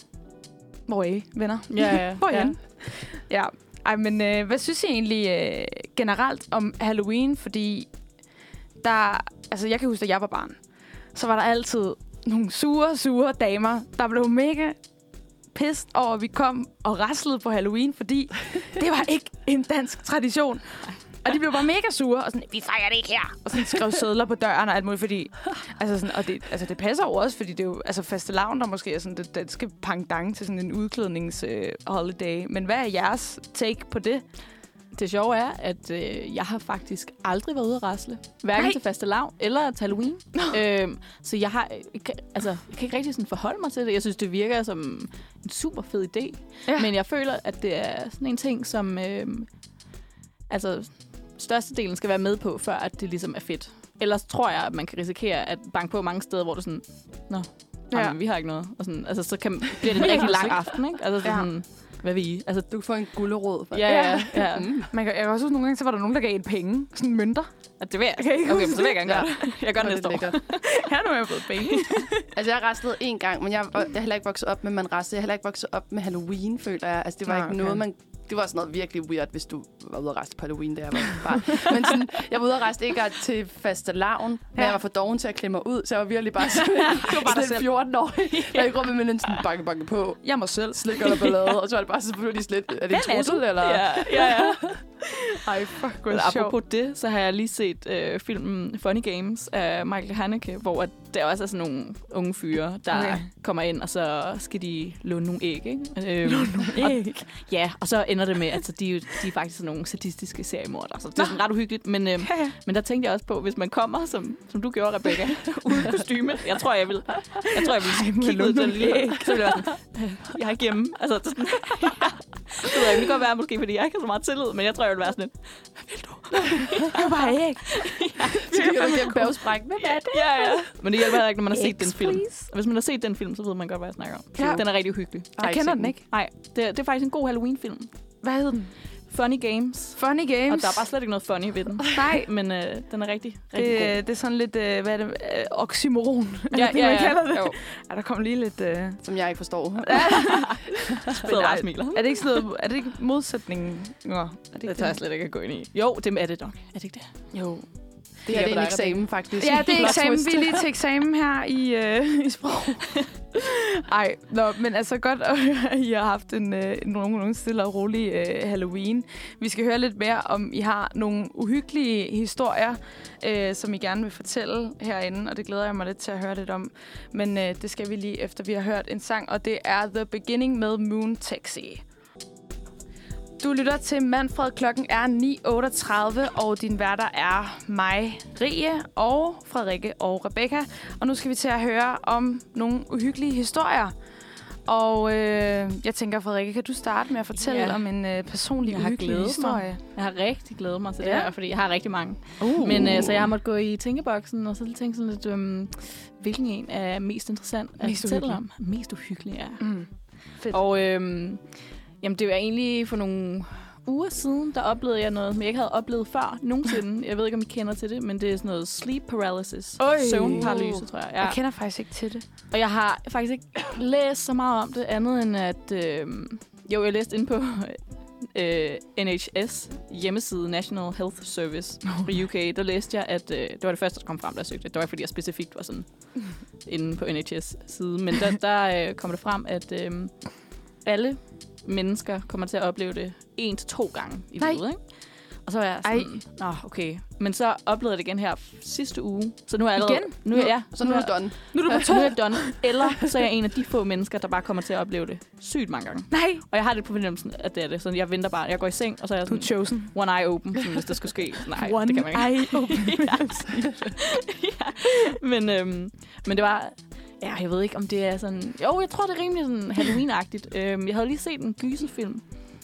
Hvor er I, venner? Ja, ja. Hvor er I ja. henne? Ja. Ej, men øh, hvad synes I egentlig øh, generelt om Halloween? Fordi der... Altså, jeg kan huske, da jeg var barn, så var der altid nogle sure, sure damer, der blev mega pissed over, at vi kom og raslede på Halloween, fordi det var ikke en dansk tradition. Og de blev bare mega sure, og sådan, vi fejrer det ikke her. Og sådan skrev sedler på døren og alt muligt, fordi... Altså, sådan, og det, altså, det passer jo også, fordi det er jo... Altså, fastelavn, der måske er sådan det danske pangdang til sådan en udklædnings-holiday. Men hvad er jeres take på det? Det sjove er, at øh, jeg har faktisk aldrig været ude at rasle. Hverken Nej. til fastelavn eller til Halloween. øhm, så jeg har jeg kan, altså, jeg kan ikke rigtig sådan forholde mig til det. Jeg synes, det virker som en super fed idé. Ja. Men jeg føler, at det er sådan en ting, som... Øh, altså, størstedelen skal være med på, før at det ligesom er fedt. Ellers tror jeg, at man kan risikere at banke på mange steder, hvor du sådan... Nå, Ja. ja. vi har ikke noget. Og sådan, altså, så kan, bliver det en rigtig lang aften, ikke? Altså Ja. sådan... Hvad vil I? Altså, Du får en gullerod. ja, ja, ja. Mm. Man kan, jeg kan også huske nogle gange, så var der nogen, der gav en penge. Sådan mønter. Og det vil jeg. Jeg kan ikke Okay, huske så vil jeg gerne gøre det. det. Jeg gør det næste år. Her nu er jeg fået penge. Altså, jeg raslede en gang, men jeg, jeg er heller ikke vokset op med, man raslede. Jeg er heller ikke vokset op med Halloween, føler jeg. Altså, det var Nå, ikke okay. noget, man... Det var sådan noget virkelig weird, hvis du var ude at rejse på Halloween, da jeg var barn. Men sådan, jeg var ude at rejse ikke til fastelavn, men Ja. jeg var for doven til at klemme mig ud, så jeg var virkelig bare sådan, var bare dig sådan selv. fjorten-årig, der gik rundt med en sådan banke, banke på, Jeg må selv. slik eller ballade, og så var det bare selvfølgelig slet, er det en Hvem er trussel, eller? Ja, ja, ja. Ej, fuck, hvor Men sjovt. apropos det, så har jeg lige set øh, filmen Funny Games af Michael Haneke, hvor at der også er sådan nogle unge fyre, der Okay. okay. kommer ind, og så skal de låne nogle æg, ikke? Øhm, og, Æg? ja, og så ender det med, at altså, de, er jo- de er faktisk sådan nogle sadistiske seriemordere, så det er sådan ret uhyggeligt. Men, øhm, Ja, ja. men der tænkte jeg også på, hvis man kommer, som, som du gjorde, Rebecca, uden kostyme, jeg tror, jeg vil, jeg tror, jeg vil må kigge jeg ud låne til nogle æg. Så vil jeg være sådan, øh, jeg er ikke hjemme. Altså, sådan, det ved jeg ikke, det kan godt være, måske, fordi jeg ikke har så meget tillid, men jeg tror, jeg vil være sådan lidt, hvad vil du? Det var bare æg. Så gik jeg igennem bævspræk. Hvem er det? Ja, ja. Men det hjælper heller ikke, når man har set Eggs, den film. please. Og hvis man har set den film, så ved man godt, hvad jeg snakker om. Ja. Den er rigtig uhyggelig. Jeg kender den ikke. Nej, det, det er faktisk en god Halloween-film. Hvad hed den? Funny Games. Funny Games. Og der er bare slet ikke noget funny ved den. Nej, Men øh, den er rigtig, rigtig god. det, det er sådan lidt, øh, hvad er det, øh, oxymoron. Er Ja, det det, ja, man ja. kalder det? Jo. Ja, der kom lige lidt... Øh... Som jeg ikke forstår. Sidder bare og smiler. Er det ikke sådan noget, er det ikke modsætningen? Nå, er det ikke Det tager jeg slet ikke at gå ind i. Jo, det er det nok. Er det ikke det? Jo. Det her det er en eksamen, faktisk. Ja, det er Plot eksamen. twist. Vi er lige til eksamen her i, øh, i sprog. Ej, nå, men altså godt at høre, at I har haft en øh, nogenlunde stille og rolig øh, Halloween. Vi skal høre lidt mere om, I har nogle uhyggelige historier, øh, som I gerne vil fortælle herinde, og det glæder jeg mig lidt til at høre lidt om. Men øh, det skal vi lige efter, vi har hørt en sang, og det er The Beginning med Moon Taxi. Du lytter til Manfred. Klokken er ni otteogtredive, og din værter er mig, Rie, og Frederikke og Rebecca. Og nu skal vi til at høre om nogle uhyggelige historier. Og øh, jeg tænker, Frederikke, kan du starte med at fortælle Ja. om en øh, personlig Jeg har uhyggelig glædet historie? mig. Jeg har rigtig glædet mig til Ja. det her, fordi jeg har rigtig mange. Uh. Men øh, så jeg har måttet gå i tænkeboksen, og så tænke sådan lidt, øhm, hvilken en er mest interessant at Mest fortælle uhyggelig. om? Mest uhyggelig, ja. Mm. Fedt. Og øhm, jamen, det var egentlig for nogle uger siden, der oplevede jeg noget, som jeg ikke havde oplevet før nogensinde. Jeg ved ikke, om I kender til det, men det er sådan noget sleep paralysis. Oj. Søvnparalyse, tror jeg. Ja. Jeg kender faktisk ikke til det. Og jeg har faktisk ikke læst så meget om det, andet end at... Øh, jo, jeg læste inde på øh, N H S hjemmeside, National Health Service i U K. Der læste jeg, at øh, det var det første, der kom frem, der jeg søgte. Det var ikke, fordi jeg specifikt var sådan inde på N H S side. Men der, der øh, kom det frem, at øh, alle mennesker kommer til at opleve det en til to gange i Nej. livet, ikke? Og så var jeg sådan, nå, okay. Men så oplevede jeg det igen her sidste uge. Så nu er jeg allerede... Igen? Nu, ja, Så nu er det done. Nu er du på to. nu er jeg done. Eller så er jeg en af de få mennesker, der bare kommer til at opleve det sygt mange gange. Nej. Og jeg har lidt på fornemmelsen, at det er det. Så jeg venter bare. Jeg går i seng, og så er jeg Du er sådan... chosen. One eye open, sådan, hvis det skulle ske. Nej, One det kan man ikke. eye open. ja. ja. Men, øhm, men det var... Ja, jeg ved ikke, om det er sådan... Jo, jeg tror, det er rimelig sådan Halloween-agtigt. Øhm, jeg havde lige set en gyserfilm.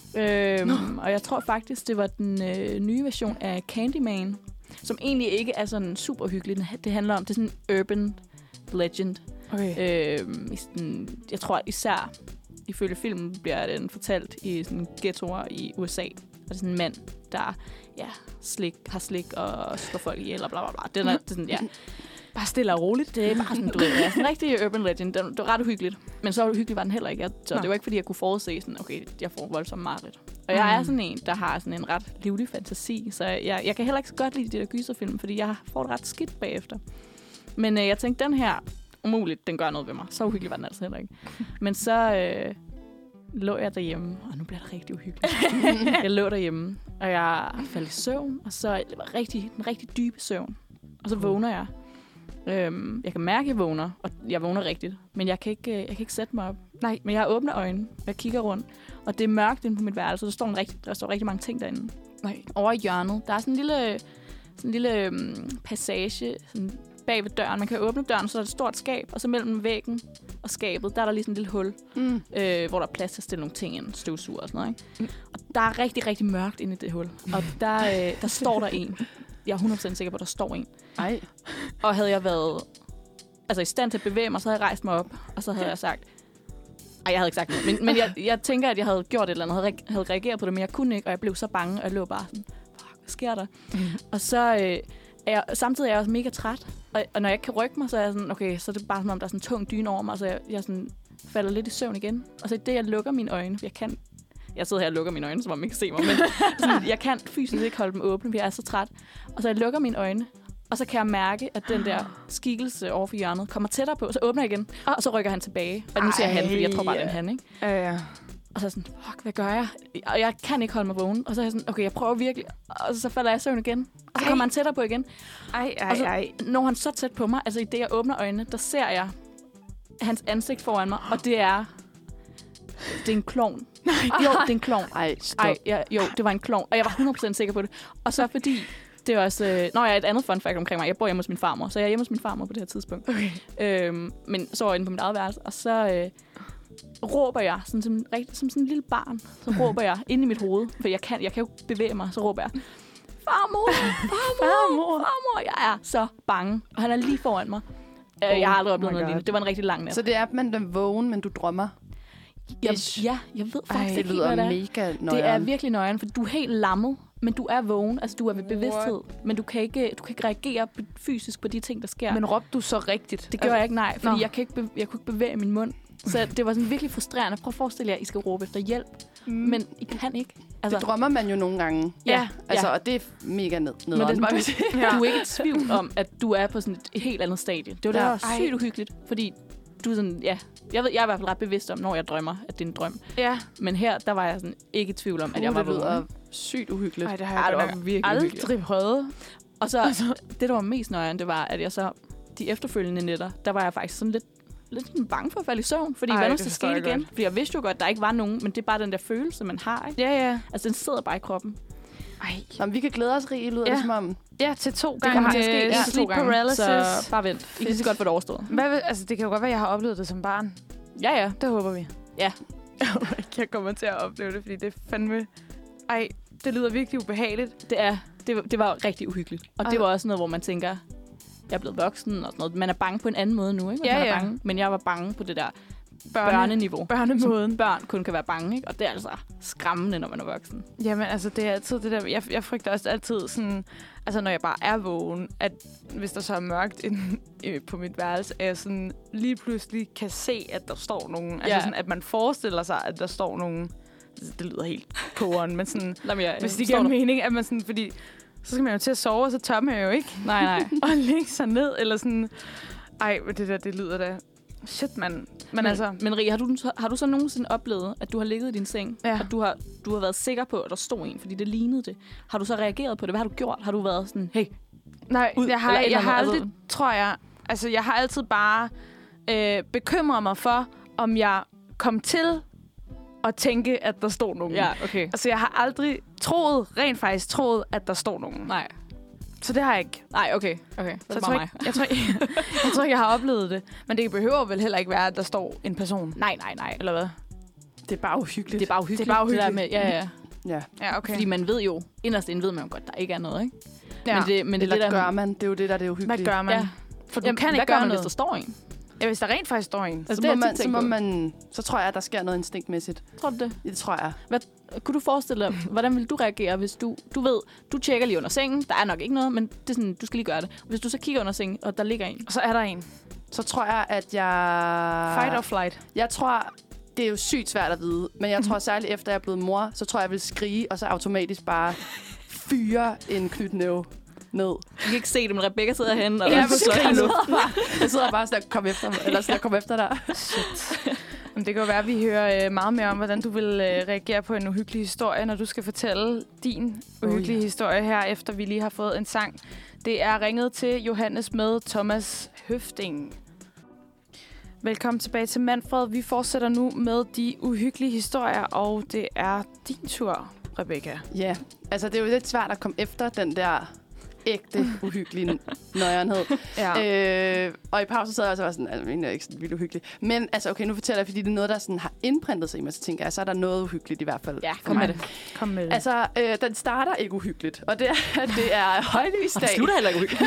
Øhm, og jeg tror faktisk, det var den øh, nye version af Candyman, som egentlig ikke er sådan super hyggelig. Det handler om, det er sådan en urban legend. Okay. Øhm, i sådan, jeg tror især, ifølge filmen, bliver den fortalt i sådan ghettoer i U S A. Og det er sådan en mand, der ja, slik, har slik og slår folk ihjel og bla bla bla. Den er, det er sådan, ja, Bare stille og roligt. det er bare sådan, du ved, ja, sådan en rigtig urban legend. Det var ret uhyggeligt. Men så uhyggeligt var den heller ikke. Jeg, så Nå. det var ikke, fordi jeg kunne forudse sådan, okay, jeg får voldsomt mareridt. Og jeg er sådan en, der har sådan en ret livlig fantasi. Så jeg, jeg kan heller ikke så godt lide de der gyserfilm, fordi jeg får det ret skidt bagefter. Men øh, jeg tænkte, den her, umuligt, den gør noget ved mig. Så uhyggelig var den altså heller ikke. Men så øh, lå jeg derhjemme, og nu bliver det rigtig uhyggeligt. Jeg lå derhjemme, og jeg faldt i søvn, og så det var rigtig, en rigtig dyb søvn. Og så vågner jeg. Øhm, jeg kan mærke, at jeg vågner, og jeg vågner rigtigt. Men jeg kan ikke, jeg kan ikke sætte mig op. Nej. Men jeg har åbne øjne, og jeg kigger rundt. Og det er mørkt inde på mit værelse, og der står, en rigtig, der står rigtig mange ting derinde. Nej. Over i hjørnet. Der er sådan en lille, sådan en lille um, passage sådan bag ved døren. Man kan åbne døren, så er der et stort skab, og så mellem væggen og skabet, der er der lige sådan en lille hul, Mm. øh, hvor der er plads til at stille nogle ting ind, støvsuger og sådan noget. Ikke? Mm. Og der er rigtig, rigtig mørkt inde i det hul. Og der, øh, der står der en. Jeg er hundrede procent sikker på, at der står en. Ej. Og havde jeg været altså, i stand til at bevæge mig, så havde jeg rejst mig op, og så havde jeg sagt... Ej, jeg havde ikke sagt noget, men, men jeg, jeg tænker, at jeg havde gjort et eller andet, havde, havde reageret på det, men jeg kunne ikke, og jeg blev så bange, og jeg lå bare sådan, fuck, hvad sker der? Mm. Og så øh, er jeg, samtidig er jeg også mega træt, og, og når jeg ikke kan rykke mig, så er jeg sådan, okay, så er det bare som om, der er sådan en tung dyne over mig, så jeg, jeg sådan falder lidt i søvn igen. Og så i det, jeg lukker mine øjne, for jeg kan... Jeg sidder her og lukker mine øjne, så man ikke kan se mig, men sådan, jeg kan fysisk ikke holde dem åbne, for jeg er så træt. Og så jeg lukker mine øjne, og så kan jeg mærke, at den der skikkelse over for hjørnet kommer tættere på, så åbner jeg igen, og så rykker han tilbage. Og nu siger jeg han, fordi jeg tror bare, det er en han, ikke? Ja, ja. Og så er jeg sådan, fuck, hvad gør jeg? Og jeg kan ikke holde mig vågen. Og så er jeg sådan, okay, jeg prøver virkelig. Og så falder jeg i søvn igen. Og så kommer han tættere på igen. Ej, Og ej, så ej. når han så tæt på mig, altså i det, jeg åbner øjnene, der ser jeg hans ansigt foran mig, og det er... Det er en klovn. Nej. Jo, det er en klovn. Ej, stop. Ej, ja, jo, det var en klovn. Og jeg var hundrede procent sikker på det. Og så fordi... Det er også... Øh, nå, jeg er et andet fun fact omkring mig. Jeg bor hjemme hos min farmor, så jeg er hjemme hos min farmor på det her tidspunkt. Okay. Øhm, men så var jeg inde på mit eget værelse, og så øh, råber jeg, sådan, som, rigtig, som sådan en lille barn, så råber jeg ind i mit hoved, for jeg kan, jeg kan jo ikke bevæge mig, så råber jeg, farmor, farmor, farmor, farmor. Jeg er så bange, og han er lige foran mig. Øh, jeg har aldrig oplevet my noget God. lignende. Det var en rigtig lang nat. Så det er, at man er vågen, men du drømmer? jeg, ja, jeg ved faktisk Ej, ikke det helt, hvad lyder det er. mega nøjeren. Det er virkelig nøjeren, for du er helt lammet, men du er vågen. Altså, du er ved bevidsthed, men du kan ikke, du kan ikke reagere fysisk på de ting, der sker. Men råbte du så rigtigt? Det gjorde jeg ikke, nej, fordi Nå. jeg, kan ikke bev- jeg kunne ikke bevæge min mund. Så det var sådan virkelig frustrerende. Prøv at forestille jer, at I skal råbe efter hjælp, mm. men I kan ikke. Altså, det drømmer man jo nogle gange. Ja. Altså, ja. og det er mega ned. ned men det, du, ja. du er ikke i tvivl om, at du er på sådan et helt andet stadie. Det var ja. der sygt uhyggeligt, fordi du er sådan, ja, jeg ved, jeg er i hvert fald ret bevidst om, når jeg drømmer, at det er en drøm. Ja. Men her, der var jeg sådan ikke i tvivl om, at jeg var vågen. Det lyder sygt uhyggeligt. Ej, det har jeg Ej, virkelig aldrig prøvet. Og så, altså, det, der var mest nøjeren, det var, at jeg så, de efterfølgende nætter, der var jeg faktisk sådan lidt, lidt bange for at falde i søvn. Fordi, Ej, hvad nu så skete igen? Godt. Fordi jeg vidste jo godt, at der ikke var nogen, men det er bare den der følelse, man har, ikke? Ja, ja. Altså, den sidder bare i kroppen. Ej. Jamen, vi kan glæde os, Rie, lyder ja. det som om. Ja, til to gange. Det kan ja, sleep paralysis. Så bare vent. I kan så godt få det overstået. Hvad vil, altså, det kan jo godt være, at jeg har oplevet det som barn. Ja, ja. Det håber vi. Ja. Jeg kommer til at opleve det, fordi det er fandme... Ej, det lyder virkelig ubehageligt. Det er. Det var, det var rigtig uhyggeligt. Og det var også noget, hvor man tænker, jeg er blevet voksen og sådan noget. Man er bange på en anden måde nu, ikke? Ja, man er ja. bange. Men jeg var bange på det der Børne, børneniveau. Børnemåden. Børn kun kan være bange, ikke? Og det er altså skræmmende, når man er voksen. Jamen, altså, det er altid det der... Jeg, jeg frygter også altid sådan... Altså, når jeg bare er vågen, at hvis der så er mørkt ind, øh, på mit værelse, at jeg sådan lige pludselig kan se, at der står nogen. Altså, ja. sådan, at man forestiller sig, at der står nogen... Det lyder helt kogeren, men sådan... Lad mig, hvis det giver mening, at man sådan... Fordi så skal man jo til at sove, og så tør man jo ikke. Nej, nej. Og lægge sig ned, eller sådan... Ej, men det der, det lyder da... Shit, mand. Men, men altså... Men Rie, har du, har du så nogensinde oplevet, at du har ligget i din seng, ja. og du har, du har været sikker på, at der stod en, fordi det lignede det? Har du så reageret på det? Hvad har du gjort? Har du været sådan, hey, Nej, ud, jeg har, jeg jeg har noget, aldrig, altså, tror jeg... Altså, jeg har altid bare øh, bekymret mig for, om jeg kom til at tænke, at der stod nogen. Ja, okay. Altså, jeg har aldrig troet, rent faktisk troet, at der stod nogen. Nej. Så det har jeg ikke. Nej, okay. okay. Så jeg tror, ikke, jeg, tror, jeg, jeg tror ikke, jeg har oplevet det. Men det behøver vel heller ikke være, at der står en person. Nej, nej, nej. Eller hvad? Det er bare uhyggeligt. Det er bare uhyggeligt. Det er bare uhyggeligt. Det der med, ja, ja. Ja. Ja, okay. Fordi man ved jo, inderst inden ved man jo godt, der ikke er noget, ikke? Ja. Men det, men Eller det, der gør man. Det er jo det, der er det uhyggelige. Hvad gør man? Ja. For du Jamen, kan hvad ikke gør gøre man, noget. hvis der står en? Ja, hvis der rent faktisk står en. Altså, så, det må man, så, må på. man, så tror jeg, at der sker noget instinktmæssigt. Tror du det? Ja, det tror jeg. Hvad, kunne du forestille dig, hvordan ville du reagere, hvis du... Du ved, du tjekker lige under sengen. Der er nok ikke noget, men det er sådan, du skal lige gøre det. Hvis du så kigger under sengen, og der ligger en. Og så er der en. Så tror jeg, at jeg... Fight or flight. Jeg tror, det er jo sygt svært at vide. Men jeg tror særligt, efter jeg er blevet mor, så tror jeg, jeg vil skrige, og så automatisk bare fyre en knytnæve ned. Du kan ikke se det, men Rebecca sidder henne og ja, slår i luften. Jeg sidder bare sådan og kom efter mig, eller sådan og kom efter dig. Shit. Men det kan jo være, at vi hører øh, meget mere om, hvordan du vil øh, reagere på en uhyggelig historie, når du skal fortælle din uhyggelige oh, ja. historie her, efter vi lige har fået en sang. Det er ringet til Johannes med Thomas Høfting. Velkommen tilbage til Manfred. Vi fortsætter nu med de uhyggelige historier, og det er din tur, Rebecca. Ja, altså det er jo lidt svært at komme efter den der ægte uhyggelige nøjernhed. Ja. Øh, og i pausen sad jeg også og var sådan, altså, det er ikke sådan vildt uhyggeligt. Men altså, okay, nu fortæller jeg, fordi det er noget, der sådan har indprintet sig i mig, så tænker jeg, så er der noget uhyggeligt i hvert fald. Ja, kom med det. Kom med det. Altså, øh, den starter ikke uhyggeligt, og det er, det er højlysdag. Og det slutter heller ikke uhyggeligt.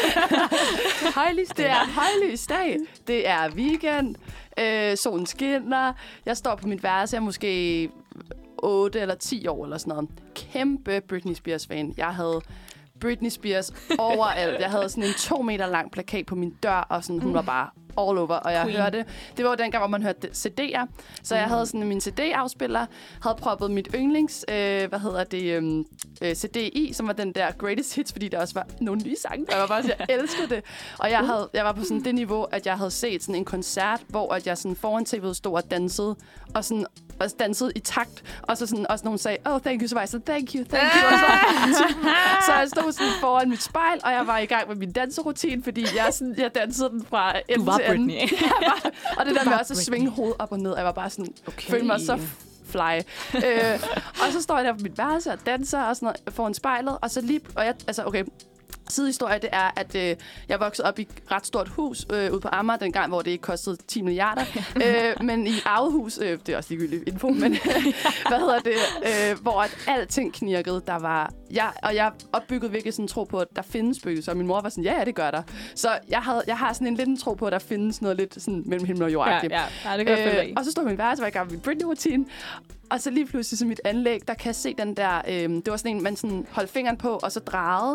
højlysdag. Det er højlysdag. Det er weekend. Øh, solen skinner. Jeg står på mit værelse, jeg er måske otte eller ti år eller sådan noget. Kæmpe Britney Spears-fan. Jeg havde Britney Spears overalt. Jeg havde sådan en to meter lang plakat på min dør, og sådan, hun var bare all over, og jeg Queen. hørte... Det var jo dengang, hvor man hørte C D'er. Så jeg havde sådan min C D-afspiller, havde proppet mit yndlings, øh, hvad hedder det, øh, C D i, som var den der Greatest Hits, fordi der også var nogle nye sange. Jeg var bare så, jeg elskede det. Og jeg, havde, jeg var på sådan det niveau, at jeg havde set sådan en koncert, hvor at jeg sådan foran T V'et stod og dansede, og sådan og dansede i takt, og så sådan også nogen sagde, oh, thank you, så var jeg så, thank you, thank you. Så, så jeg stod sådan foran mit spejl, og jeg var i gang med min danserutine, fordi jeg, sådan, jeg dansede den fra ende du var til Britney. enden. Var, og det der med også at svinge hovedet op og ned, jeg var bare sådan, okay. følte mig så fly. øh, og så står jeg der på mit værelse og danser og sådan noget foran spejlet, og så lige, og jeg, altså okay, sidehistorie, det er, at øh, jeg voksede op i et ret stort hus øh, ude på Amager, den gang, hvor det ikke kostede ti milliarder. øh, men i eget hus, øh, det er også ligegyldigt info, men hvad hedder det, øh, hvor at alting knirkede, der var, jeg, og jeg opbyggede virkelig sådan en tro på, at der findes spøgelser, og min mor var sådan, ja, ja, det gør der. Så jeg, havde, jeg har sådan en lidt en tro på, at der findes noget lidt sådan mellem himmel og jord. Ja, ja, ja, det kan jeg følge. Og så stod min værelse, var i gang med min Britney-rutine, og så lige pludselig så mit anlæg, der kan jeg se den der, øh, det var sådan en, man sådan holdt fingeren på, og så drejede,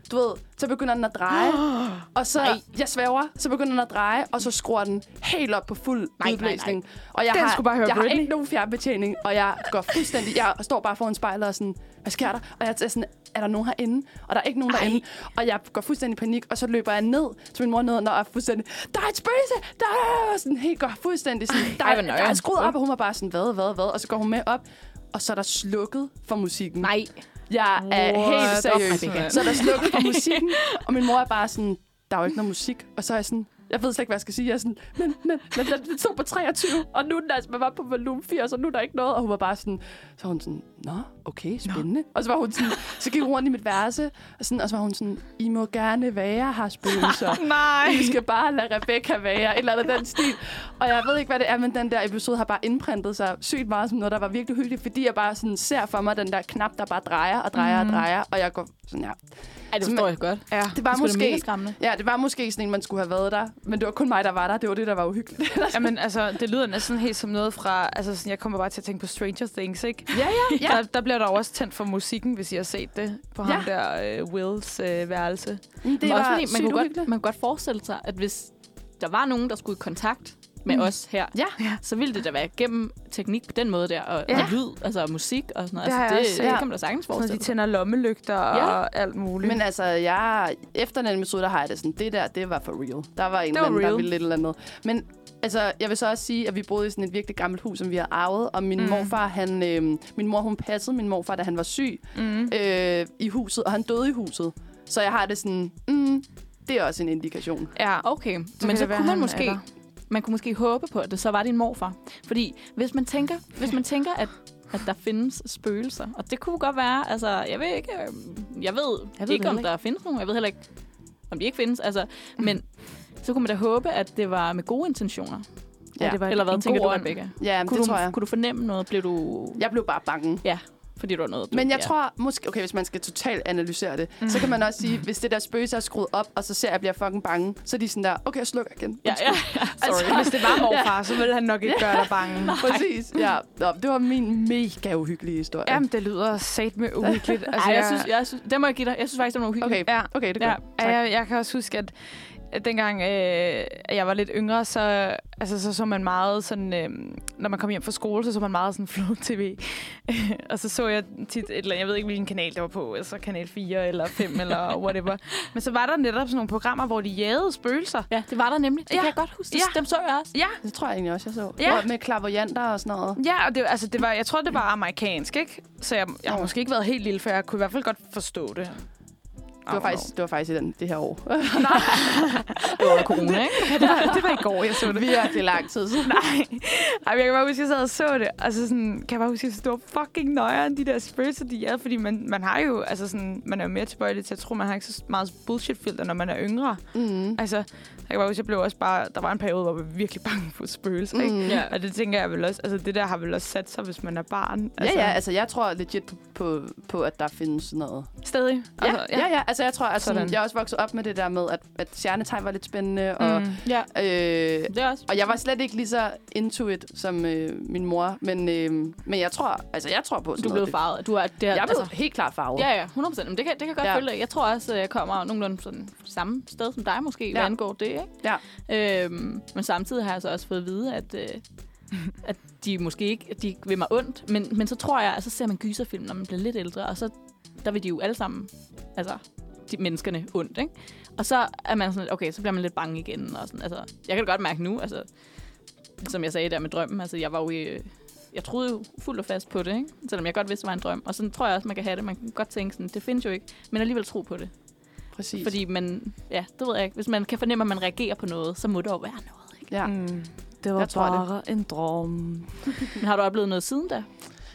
du ved, så begynder den at dreje. Og så, Nej. jeg svæver, så begynder den at dreje, og så skruer den helt op på fuld Nej, udblæsning. nej, Og jeg Den har, skulle bare høre jeg har Britney. ikke nogen fjernbetjening, og jeg går fuldstændig... Jeg står bare foran spejlet og sådan, hvad sker der? Og jeg er sådan, er der nogen herinde? Og der er ikke nogen Ej. derinde. Og jeg går fuldstændig i panik, og så løber jeg ned til min mor ned, når jeg er fuldstændig, der er et spøgelse! Der er sådan helt går fuldstændig sådan, der, Ej, er, hvor der er nøjeren. skruet op, og hun var bare sådan, hvad, hvad, hvad? Og så går hun med op, og så er der slukket for musikken. Nej. Jeg er What? helt seriøs. Okay. Så er der slukket for musikken, og min mor er bare sådan, der er jo ikke noget musik. Og så er jeg sådan, jeg ved slet ikke, hvad jeg skal sige. Jeg er sådan, men, men, men den stod på treogtyve, og nu er den altså, man var på volumen firs, og nu er der ikke noget. Og hun var bare sådan, så var hun sådan, nå, okay, spændende. Nå. Og så var hun sådan, så gik hun rundt i mit værelse, og, sådan, og så var hun sådan, I må gerne være her, spøgelser. Nej. I skal bare lade Rebecca være, et eller andet den stil. Og jeg ved ikke, hvad det er, men den der episode har bare indprintet sig sygt meget som noget, der var virkelig hyggeligt, fordi jeg bare sådan ser for mig den der knap, der bare drejer og drejer mm. og drejer, og jeg går sådan, ja. Ej, det forstår jeg godt. Ja. Det var Det skulle da mega måske, skræmmende. ja, det var måske sådan en, man skulle have været der, men det var kun mig, der var der. Det var det, der var uhyggeligt. Jamen, altså, det lyder næsten helt som noget fra... Altså, sådan, jeg kommer bare til at tænke på Stranger Things, ikke? Ja, ja, ja. Der, der bliver der jo også tændt for musikken, hvis I har set det, på Ja. ham der uh, Wills uh, værelse. Det Men var også fordi, man sygt kunne, godt, uhyggeligt. man kunne godt forestille sig, at hvis der var nogen, der skulle i kontakt med Mm. os her, Ja. så ville det da være gennem teknik på den måde der, og, Ja. og lyd, altså musik og sådan noget. Det har Altså, jeg det, også det set. kan man da sagtens Så de forestille sig. tænder lommelygter Ja. og alt muligt. Men altså, jeg, efter den episode, der har jeg det sådan, det der, det var for real. Der var en Det eller var anden, der real. ville lidt eller andet. Men altså, jeg vil så også sige, at vi boede i sådan et virkelig gammelt hus, som vi har arvet. Og min Mm. mm. morfar, han, øh, min mor, hun passede min morfar, da han var syg mm. øh, i huset, og han døde i huset. Så jeg har det sådan, mm, det er også en indikation. Ja. Okay, Så men kan så det være, kunne man han er måske, der. man kunne måske håbe på, at det så var din morfar. Fordi hvis man tænker, hvis man tænker at, at der findes spøgelser, og det kunne godt være, altså, jeg ved ikke, øh, jeg ved, Jeg ved ikke, det om heller der findes nogen, jeg ved heller ikke, om de ikke findes, altså, men så kunne man da håbe, at det var med gode intentioner. Ja, det var Eller hvad en tænker god du, ånd. Rebecca? Ja, Kunne det du, tror jeg. kunne du fornemme noget? Blev du... Jeg blev bare bange. Ja, fordi du var noget... Du, Men jeg ja. tror måske, okay, hvis man skal totalt analysere det, mm. så kan man også sige, hvis det der spøgelse er skruet op, og så ser jeg, at jeg bliver fucking bange, så er de sådan der, okay, jeg slukker igen. Ja, ja, ja. Sorry. Altså, hvis det var morfar, så ville han nok ikke gøre dig bange. Præcis, ja. Nå, det var min mega uhyggelige historie. Jamen, det lyder satme uhyggeligt. Altså, Ej, jeg synes, jeg synes, det må jeg give dig. Jeg synes faktisk, det var uhyggeligt. Okay, Ja. okay, det er Ja. godt. Ja, Tak. jeg, jeg kan også huske, at at dengang øh, jeg var lidt yngre, så, altså, så så man meget sådan, øh, når man kom hjem fra skole, så så man meget sådan Flow-T V. Og så så jeg tit et eller andet, jeg ved ikke, hvilken kanal det var på, altså kanal fire eller fem eller whatever. Men så var der netop sådan nogle programmer, hvor de jagede spøgelser. Ja, det var der nemlig. Det Ja. kan jeg godt huske. Det, Ja. Dem så jeg også. Ja, Det tror jeg egentlig også, jeg så. Ja. Hvor- Med klaverjanter og sådan noget. ja, og det, altså, det var, jeg tror, det var amerikansk, ikke? Så jeg, jeg har Nå. måske ikke været helt lille, for jeg kunne i hvert fald godt forstå det. Det var faktisk, det var faktisk i den, det her år. Det var corona, ikke? det, var, det var i går, jeg så det. Virkelig lang tid siden. Nej. Ej, men jeg kan bare huske, at jeg sad og så det. Altså sådan, kan jeg bare huske, at det var fucking nøjere, de der spøgelser, de er. Fordi man, man har jo, altså sådan, man er jo mere tilbøjelig til at tro, man har ikke så meget bullshit-filter, når man er yngre. Mm. Altså, jeg kan bare huske, jeg blev også bare, der var en periode, hvor jeg var virkelig bange for spøgelser, ikke? Mm. Ja. Og det tænker jeg vel også, altså det der har vel også sat sig, hvis man er barn. Altså, Ja, ja, altså jeg tror legit på, på, på at der findes sådan noget. Stadig. Ja, Altså, ja, ja, altså jeg tror, at sådan, Sådan. jeg er også vokset op med det der med, at, at stjernetegn var lidt spændende, og, Mm. Ja, øh, det er også. og jeg var slet ikke lige så into it som øh, min mor, men, øh, men jeg tror, altså jeg tror på sådan Du er noget. blevet farvet. Du er, det er, Jeg er blevet altså, helt klart farvet. ja, ja, hundrede procent. Men det kan, det kan jeg godt Ja. følge dig. Jeg tror også, at jeg kommer nogenlunde sådan samme sted som dig måske, hvad Ja. angår det, ikke? Ja. Øhm, men samtidig har jeg så også fået at vide, at, øh, at de måske ikke at de vil mig ondt. Men, men så tror jeg, at så ser man gyserfilm, når man bliver lidt ældre, og så der vil de jo alle sammen, altså de menneskerne ondt, ikke? Og så er man sådan lidt, okay, så bliver man lidt bange igen. Og sådan, altså, jeg kan det godt mærke nu, altså, som jeg sagde der med drømmen, altså jeg var jo i, jeg troede jo fuldt og fast på det, ikke? Selvom jeg godt vidste, det var en drøm. Og sådan tror jeg også, man kan have det. Man kan godt tænke sådan, det findes jo ikke, men alligevel tro på det. Præcis. Fordi man, ja, det ved jeg ikke. Hvis man kan fornemme, at man reagerer på noget, så må der jo være noget, ikke? Ja. Mm. Det var Jeg tror bare det. en drøm. Men har du oplevet noget siden da?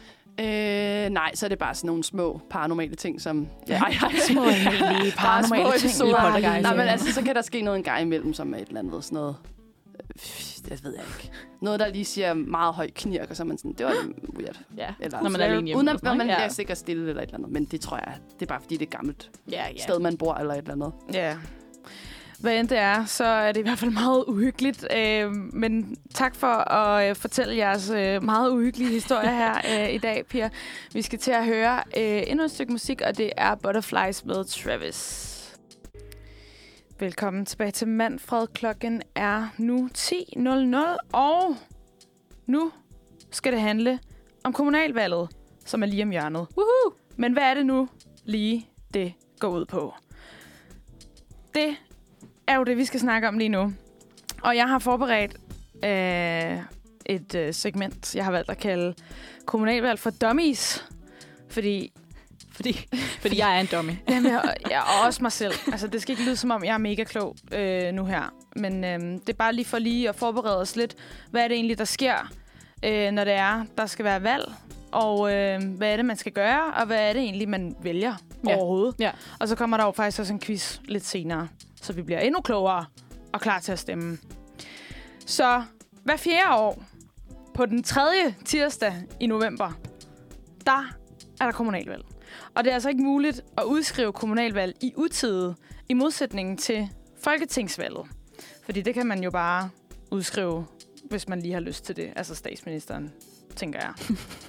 Øh, nej, så er det bare sådan nogle små paranormale ting, som... Ja, ej, ej, Små almindelige bare små paranormale ting. episoder. i Poltergeist. Nej, men altså, så kan der ske noget en gang imellem, som er et eller andet sådan noget... øh, Det ved jeg ikke. Noget, der lige siger meget høj knirk, og så er man sådan, det var lidt weird. Ja, Eller, når man er alene hjemme. Uden og at sådan man noget, er ikke? sikkert stille eller et eller andet. Men det tror jeg, det er bare fordi, det er et gammelt ja, ja. sted, man bor eller et eller andet. Ja. Hvad end det er, så er det i hvert fald meget uhyggeligt. Øh, men tak for at øh, fortælle jeres øh, meget uhyggelige historie her øh, i dag, Pia. Vi skal til at høre øh, endnu et stykke musik, og det er Butterflies med Travis. Velkommen tilbage til Manfred. Klokken er nu ti nul nul, og nu skal det handle om kommunalvalget, som er lige om hjørnet. Woohoo! Men hvad er det nu lige, det går ud på? Det er jo det, vi skal snakke om lige nu. Og jeg har forberedt øh, et øh, segment, jeg har valgt at kalde kommunalvalg for dummies. Fordi... Fordi, fordi jeg er en dummy. Jamen, jeg, jeg og også mig selv. Altså, det skal ikke lyde, som om jeg er mega klog øh, nu her. Men øh, det er bare lige for lige at forberede os lidt. Hvad er det egentlig, der sker, øh, når det er, der skal være valg? Og øh, hvad er det, man skal gøre? Og hvad er det egentlig, man vælger ja. overhovedet? Ja. Og så kommer der jo faktisk også en quiz lidt senere, så vi bliver endnu klogere og klar til at stemme. Så hver fjerde år, på den tredje tirsdag i november, der er der kommunalvalg. Og det er altså ikke muligt at udskrive kommunalvalg i utide, i modsætning til folketingsvalget. Fordi det kan man jo bare udskrive, hvis man lige har lyst til det. Altså statsministeren, tænker jeg.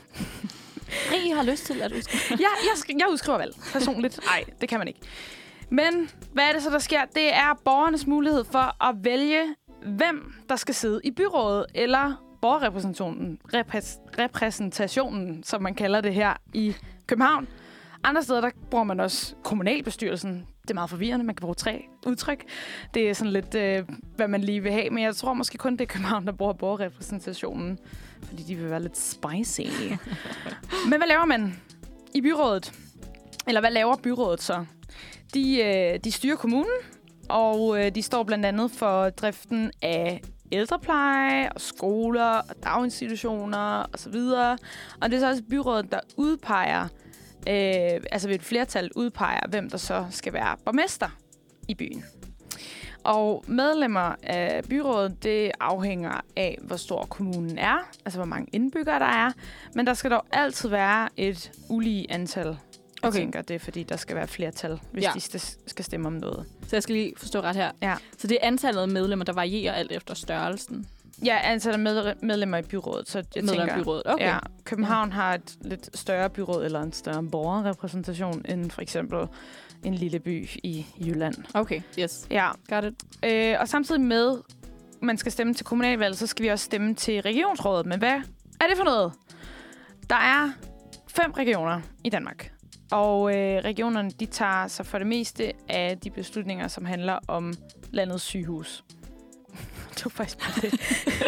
Rig har lyst til at udskrive. Ja, jeg, skal, jeg udskriver valg personligt. Nej, det kan man ikke. Men hvad er det så, der sker? Det er borgernes mulighed for at vælge, hvem der skal sidde i byrådet, eller borgerrepræsentationen, repræs- repræsentationen, som man kalder det her i København. Andre steder, der bruger man også kommunalbestyrelsen. Det er meget forvirrende, man kan bruge tre udtryk. Det er sådan lidt, øh, hvad man lige vil have. Men jeg tror måske kun, det er København, der bruger borgerrepræsentationen. Fordi de vil være lidt spicy. Men hvad laver man i byrådet? Eller hvad laver byrådet så? De, øh, de styrer kommunen, og øh, de står blandt andet for driften af ældrepleje og skoler og daginstitutioner osv. Og det er så også byrådet, der udpeger, øh, altså ved et flertal udpeger, hvem der så skal være borgmester i byen. Og medlemmer af byrådet, det afhænger af, hvor stor kommunen er, altså hvor mange indbyggere der er. Men der skal dog altid være et ulige antal. Jeg okay. tænker, det er fordi, der skal være flertal, hvis ja. de skal stemme om noget. Så jeg skal lige forstå ret her. Ja. Så det er antallet af medlemmer, der varierer alt efter størrelsen? Ja, antallet af medlemmer i byrådet. Så jeg medlemmer tænker, i byrådet, okay. Ja, København ja. har et lidt større byråd, eller en større borgerrepræsentation, end for eksempel en lille by i Jylland. Okay, yes. Ja. Got it. Øh, og samtidig med, man skal stemme til kommunalvalget, så skal vi også stemme til regionsrådet. Men hvad er det for noget? Der er fem regioner i Danmark. Og øh, regionerne, de tager sig for det meste af de beslutninger, som handler om landets sygehus. Det var faktisk bare det.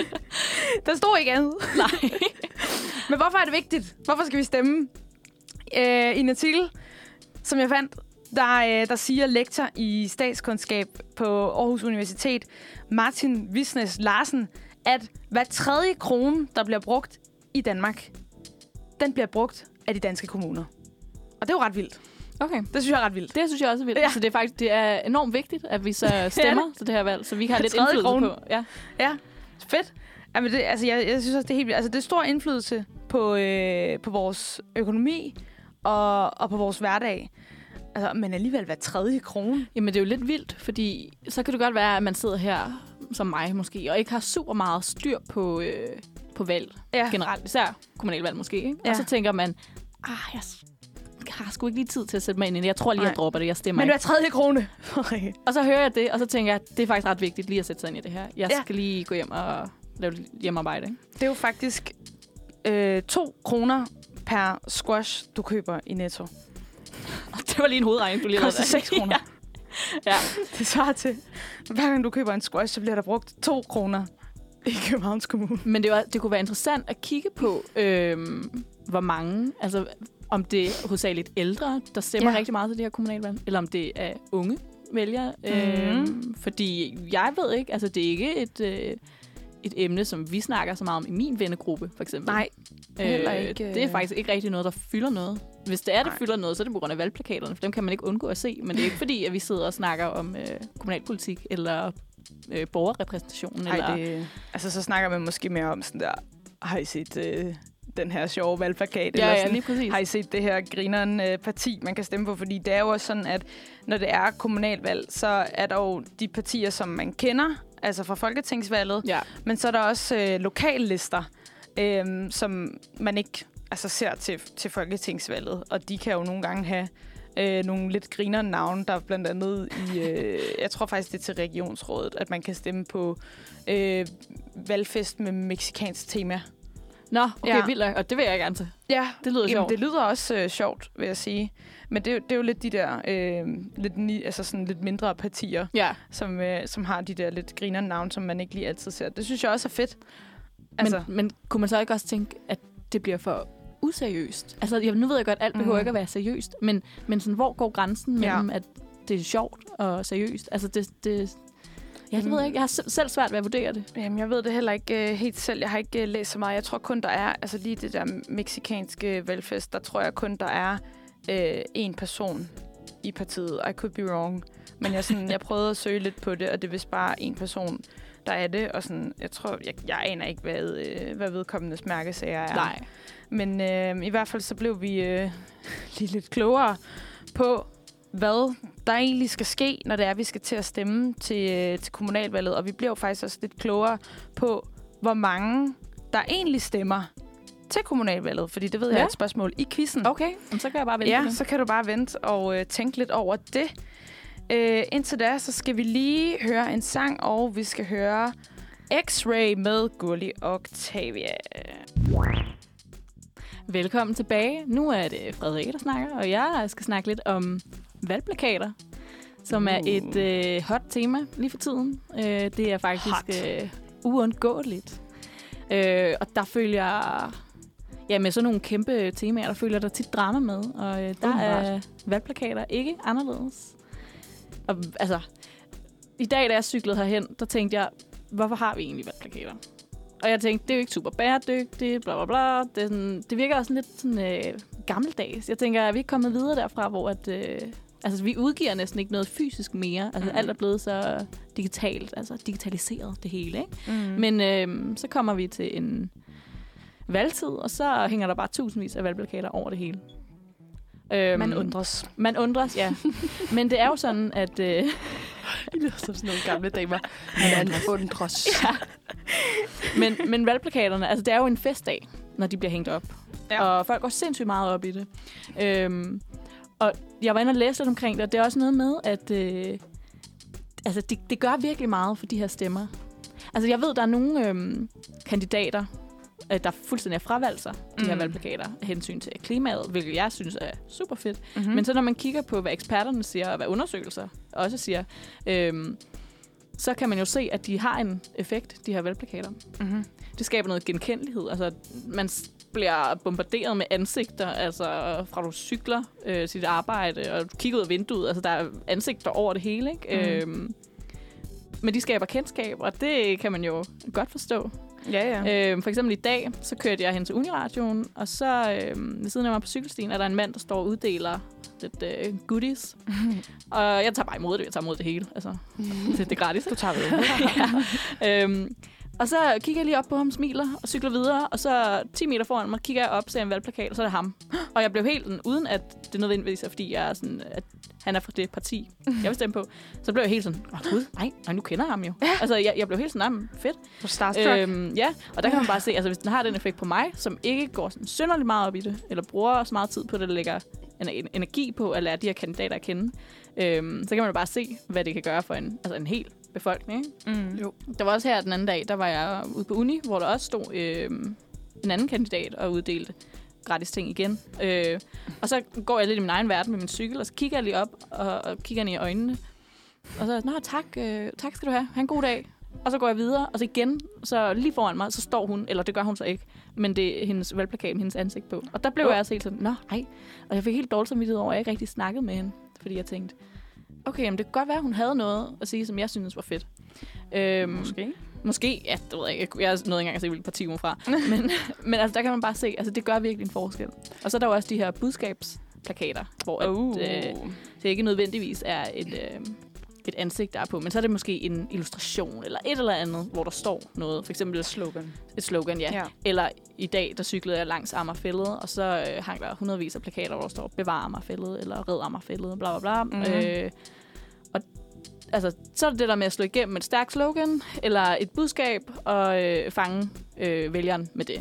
Der stod ikke andet. Nej. Men hvorfor er det vigtigt? Hvorfor skal vi stemme? Øh, I en artikel, som jeg fandt, der, øh, der siger lektor i statskundskab på Aarhus Universitet, Martin Visnes Larsen, at hver tredje krone, der bliver brugt i Danmark, den bliver brugt af de danske kommuner. Og det er jo ret vildt. Okay. Det synes jeg er ret vildt. Det synes jeg også er vildt. Ja. Så det er faktisk det er enormt vigtigt, at vi så stemmer til det her valg, så vi kan have lidt indflydelse krone. på. Ja. Ja, fedt. Jamen det, altså, jeg, jeg synes også, det er helt vildt. Altså, det er stor indflydelse på, øh, på vores økonomi og, og på vores hverdag. Altså, men alligevel hver tredje krone. Jamen, det er jo lidt vildt, fordi så kan det godt være, at man sidder her, som mig måske, og ikke har super meget styr på, øh, på valg Ja. generelt. Især kommunalvalg måske, ikke? Ja. Og så tænker man, ah, jeg har sgu ikke lige tid til at sætte mig ind i det. Jeg tror lige, Nej. jeg dropper det. Jeg stemmer Men ikke. hver tredje krone. Og så hører jeg det, og så tænker jeg, det er faktisk ret vigtigt lige at sætte sig ind i det her. Jeg Ja. skal lige gå hjem og lave lidt hjemmearbejde, ikke? Det er jo faktisk øh, to kroner per squash, du køber i Netto. Det var lige en hovedregning, du lige Det koster seks kroner. Ja. Ja. Det svarer til, hver gang du køber en squash, så bliver der brugt to kroner i Københavns Kommune. Men det, var, det kunne være interessant at kigge på, øhm, hvor mange, altså om det er hovedsageligt ældre, der stemmer Ja. ja. rigtig meget til det her kommunalvalg, eller om det er unge vælgere. Mhm. Øhm, fordi jeg ved ikke, altså det er ikke et, øh, et emne, som vi snakker så meget om i min vennegruppe, for eksempel. Nej, heller ikke, Det er øh. faktisk ikke rigtig noget, der fylder noget. Hvis det er, det Nej. fylder noget, så er det på grund af valgplakaterne, for dem kan man ikke undgå at se. Men det er ikke fordi, at vi sidder og snakker om øh, kommunalpolitik eller øh, borgerrepræsentation. Ej, eller... det, altså så snakker man måske mere om sådan der, har I set øh, den her sjove valgplakat? Ja, eller ja, sådan, lige præcis. har I set det her grineren øh, parti, man kan stemme på? Fordi det er jo også sådan, at når det er kommunalvalg, så er der jo de partier, som man kender, altså fra folketingsvalget, Ja. men så er der også øh, lokallister, øh, som man ikke altså, ser til, til folketingsvalget, og de kan jo nogle gange have øh, nogle lidt griner navne, der er blandt andet i, øh, jeg tror faktisk, det er til regionsrådet, at man kan stemme på øh, valgfest med mexikansk tema. Nå, okay, Ja. vildt, og det vil jeg gerne til. Ja, Det lyder Jamen, sjovt. det lyder også øh, sjovt, vil jeg sige. Men det, er jo- det er jo lidt de der øh, lidt, ni, altså sådan lidt mindre partier, Ja, som, øh, som har de der lidt griner navne, som man ikke lige altid ser. Det synes jeg også er fedt. Altså, men, men kunne man så ikke også tænke, at det bliver for useriøst? Altså, jeg, nu ved jeg godt, at alt behøver Mm. ikke at være seriøst, men, men sådan, hvor går grænsen mellem, ja. at det er sjovt og seriøst? Altså, det... det ja, det ved jeg ikke. Jeg har selv, selv svært ved at vurdere det. Jamen, jeg ved det heller ikke øh, helt selv. Jeg har ikke øh, læst så meget. Jeg tror kun, der er, altså lige det der mexikanske valgfest, der tror jeg kun, der er øh, en person i partiet. I could be wrong. Men jeg, sådan, jeg prøvede at søge lidt på det, og det er vist bare en person, der er det. Og sådan, jeg tror, jeg, jeg aner ikke, hvad, øh, hvad vedkommendes mærkesager er. Nej. Men øh, i hvert fald så blev vi øh, lige lidt klogere på, hvad der egentlig skal ske, når det er, vi skal til at stemme til, øh, til kommunalvalget. Og vi blev faktisk også lidt klogere på, hvor mange der egentlig stemmer til kommunalvalget. Fordi det ved ja. jeg er et spørgsmål i quizzen. Okay, jamen, så kan jeg bare vente Ja, på det. så kan du bare vente og øh, tænke lidt over det. Øh, indtil da, så skal vi lige høre en sang, og vi skal høre X-Ray med Gurli Octavia. Velkommen tilbage. Nu er det Frederikke, der snakker, og jeg skal snakke lidt om valgplakater, som uh. er et øh, hot tema lige for tiden. Øh, det er faktisk øh, uundgåeligt. Øh, og der følger jeg... Ja, med sådan nogle kæmpe temaer, der følger der tit drama med, og øh, der Umiddelbart. er valgplakater ikke anderledes. Og altså, i dag, da jeg cyklede herhen, der tænkte jeg, hvorfor har vi egentlig valgplakater? Og jeg tænkte, det er jo ikke super bæredygtigt, bla bla bla. Det, er sådan, det virker også lidt sådan, øh, gammeldags. Jeg tænker, er vi ikke kommet videre derfra, hvor at, øh, altså, vi udgiver næsten ikke noget fysisk mere. Altså, Mm. alt er blevet så digitalt, altså digitaliseret det hele, ikke? Mm. Men øh, så kommer vi til en valgtid, og så hænger der bare tusindvis af valgplakater over det hele. Øhm, Man undres. Man undres, ja. Men det er jo sådan, at... Øh, Det lyder som sådan nogle gamle damer. Man undres. ja. men, men valgplakaterne, altså det er jo en festdag, når de bliver hængt op. Ja. Og folk går sindssygt meget op i det. Øhm, og jeg var inde og læse lidt omkring det, og det er også noget med, at øh, altså det, det gør virkelig meget for de her stemmer. Altså jeg ved, der er nogle øhm, kandidater, øh, der fuldstændig er fravalgt sig, de her Mm. valgplakater, af hensyn til klimaet, hvilket jeg synes er super fedt. Mm-hmm. Men så når man kigger på, hvad eksperterne siger, og hvad undersøgelser også siger, øhm, så kan man jo se, at de har en effekt, de her valgplakater. Mm-hmm. Det skaber noget genkendelighed. Altså, man s- bliver bombarderet med ansigter, altså fra du cykler øh, sit arbejde, og du kigger ud af vinduet. Altså, der er ansigter over det hele, ikke? Mhm. Øhm, men de skaber kendskab, og det kan man jo godt forstå. Ja, ja. Øhm, for eksempel i dag, så kørte jeg hen til Uniradioen, og så øhm, ved siden af mig på cykelstien, er der en mand, der står og uddeler lidt øh, goodies. Og jeg tager bare imod det. Jeg tager imod det hele. Altså, det, det er gratis. Du tager det. ja. øhm, og så kigger jeg lige op på ham, smiler og cykler videre. Og så ti meter foran mig kigger jeg op, ser en valgplakat, og så er det ham. Og jeg blev helt sådan, uden at det nødvendigvis er, fordi jeg er sådan, at han er fra det parti, jeg vil stemme på. Så blev jeg helt sådan, åh gud, nej, nej, nu kender jeg ham jo. Ja. Altså, jeg, jeg blev helt sådan, nah, fedt. Du starstruck. Øhm, ja, og der kan man bare se, altså hvis den har den effekt på mig, som ikke går sådan synderligt meget op i det, eller bruger så meget tid på det, eller lægger en, en, energi på at lære de her kandidater at kende, øhm, så kan man jo bare se, hvad det kan gøre for en, altså en hel befolkning. Ikke? Mm. Jo. Der var også her den anden dag, der var jeg ude på uni, hvor der også stod øh, en anden kandidat og uddelte gratis ting igen. Øh, og så går jeg lidt i min egen verden med min cykel, og så kigger jeg lige op og, og kigger ind i øjnene. Og så, nå tak, øh, tak skal du have. Ha' en god dag. Og så går jeg videre, og så igen, så lige foran mig, så står hun, eller det gør hun så ikke, men det er hendes valgplakat med hendes ansigt på. Og der blev Oh. jeg altså helt sådan, nå, ej. Og jeg fik helt dårligt samvittighed over, at jeg ikke rigtig snakkede med hende. Fordi jeg tænkte, okay, jamen det kan godt være, at hun havde noget at sige, som jeg synes var fedt. Øhm, Måske. Måske, ja, det ved jeg ikke. Jeg nåede ikke engang at se, hvilket parti hun er fra. men, men altså, der kan man bare se, altså det gør virkelig en forskel. Og så er der jo også de her budskabsplakater, hvor at, Uh. øh, det ikke nødvendigvis er et, øh, et ansigt, der er på, men så er det måske en illustration eller et eller andet, hvor der står noget. For eksempel et slogan. Et slogan, ja. Ja. Eller i dag, der cyklede jeg langs Amagerfælled, og så øh, hang der hundredvis af plakater, hvor der står bevar Amagerfælled, eller red Amagerfælled, bla bla bla. Mhm. Øh, og altså, så er det det der med at slå igennem med et stærkt slogan, eller et budskab, og øh, fange øh, vælgeren med det, ikke?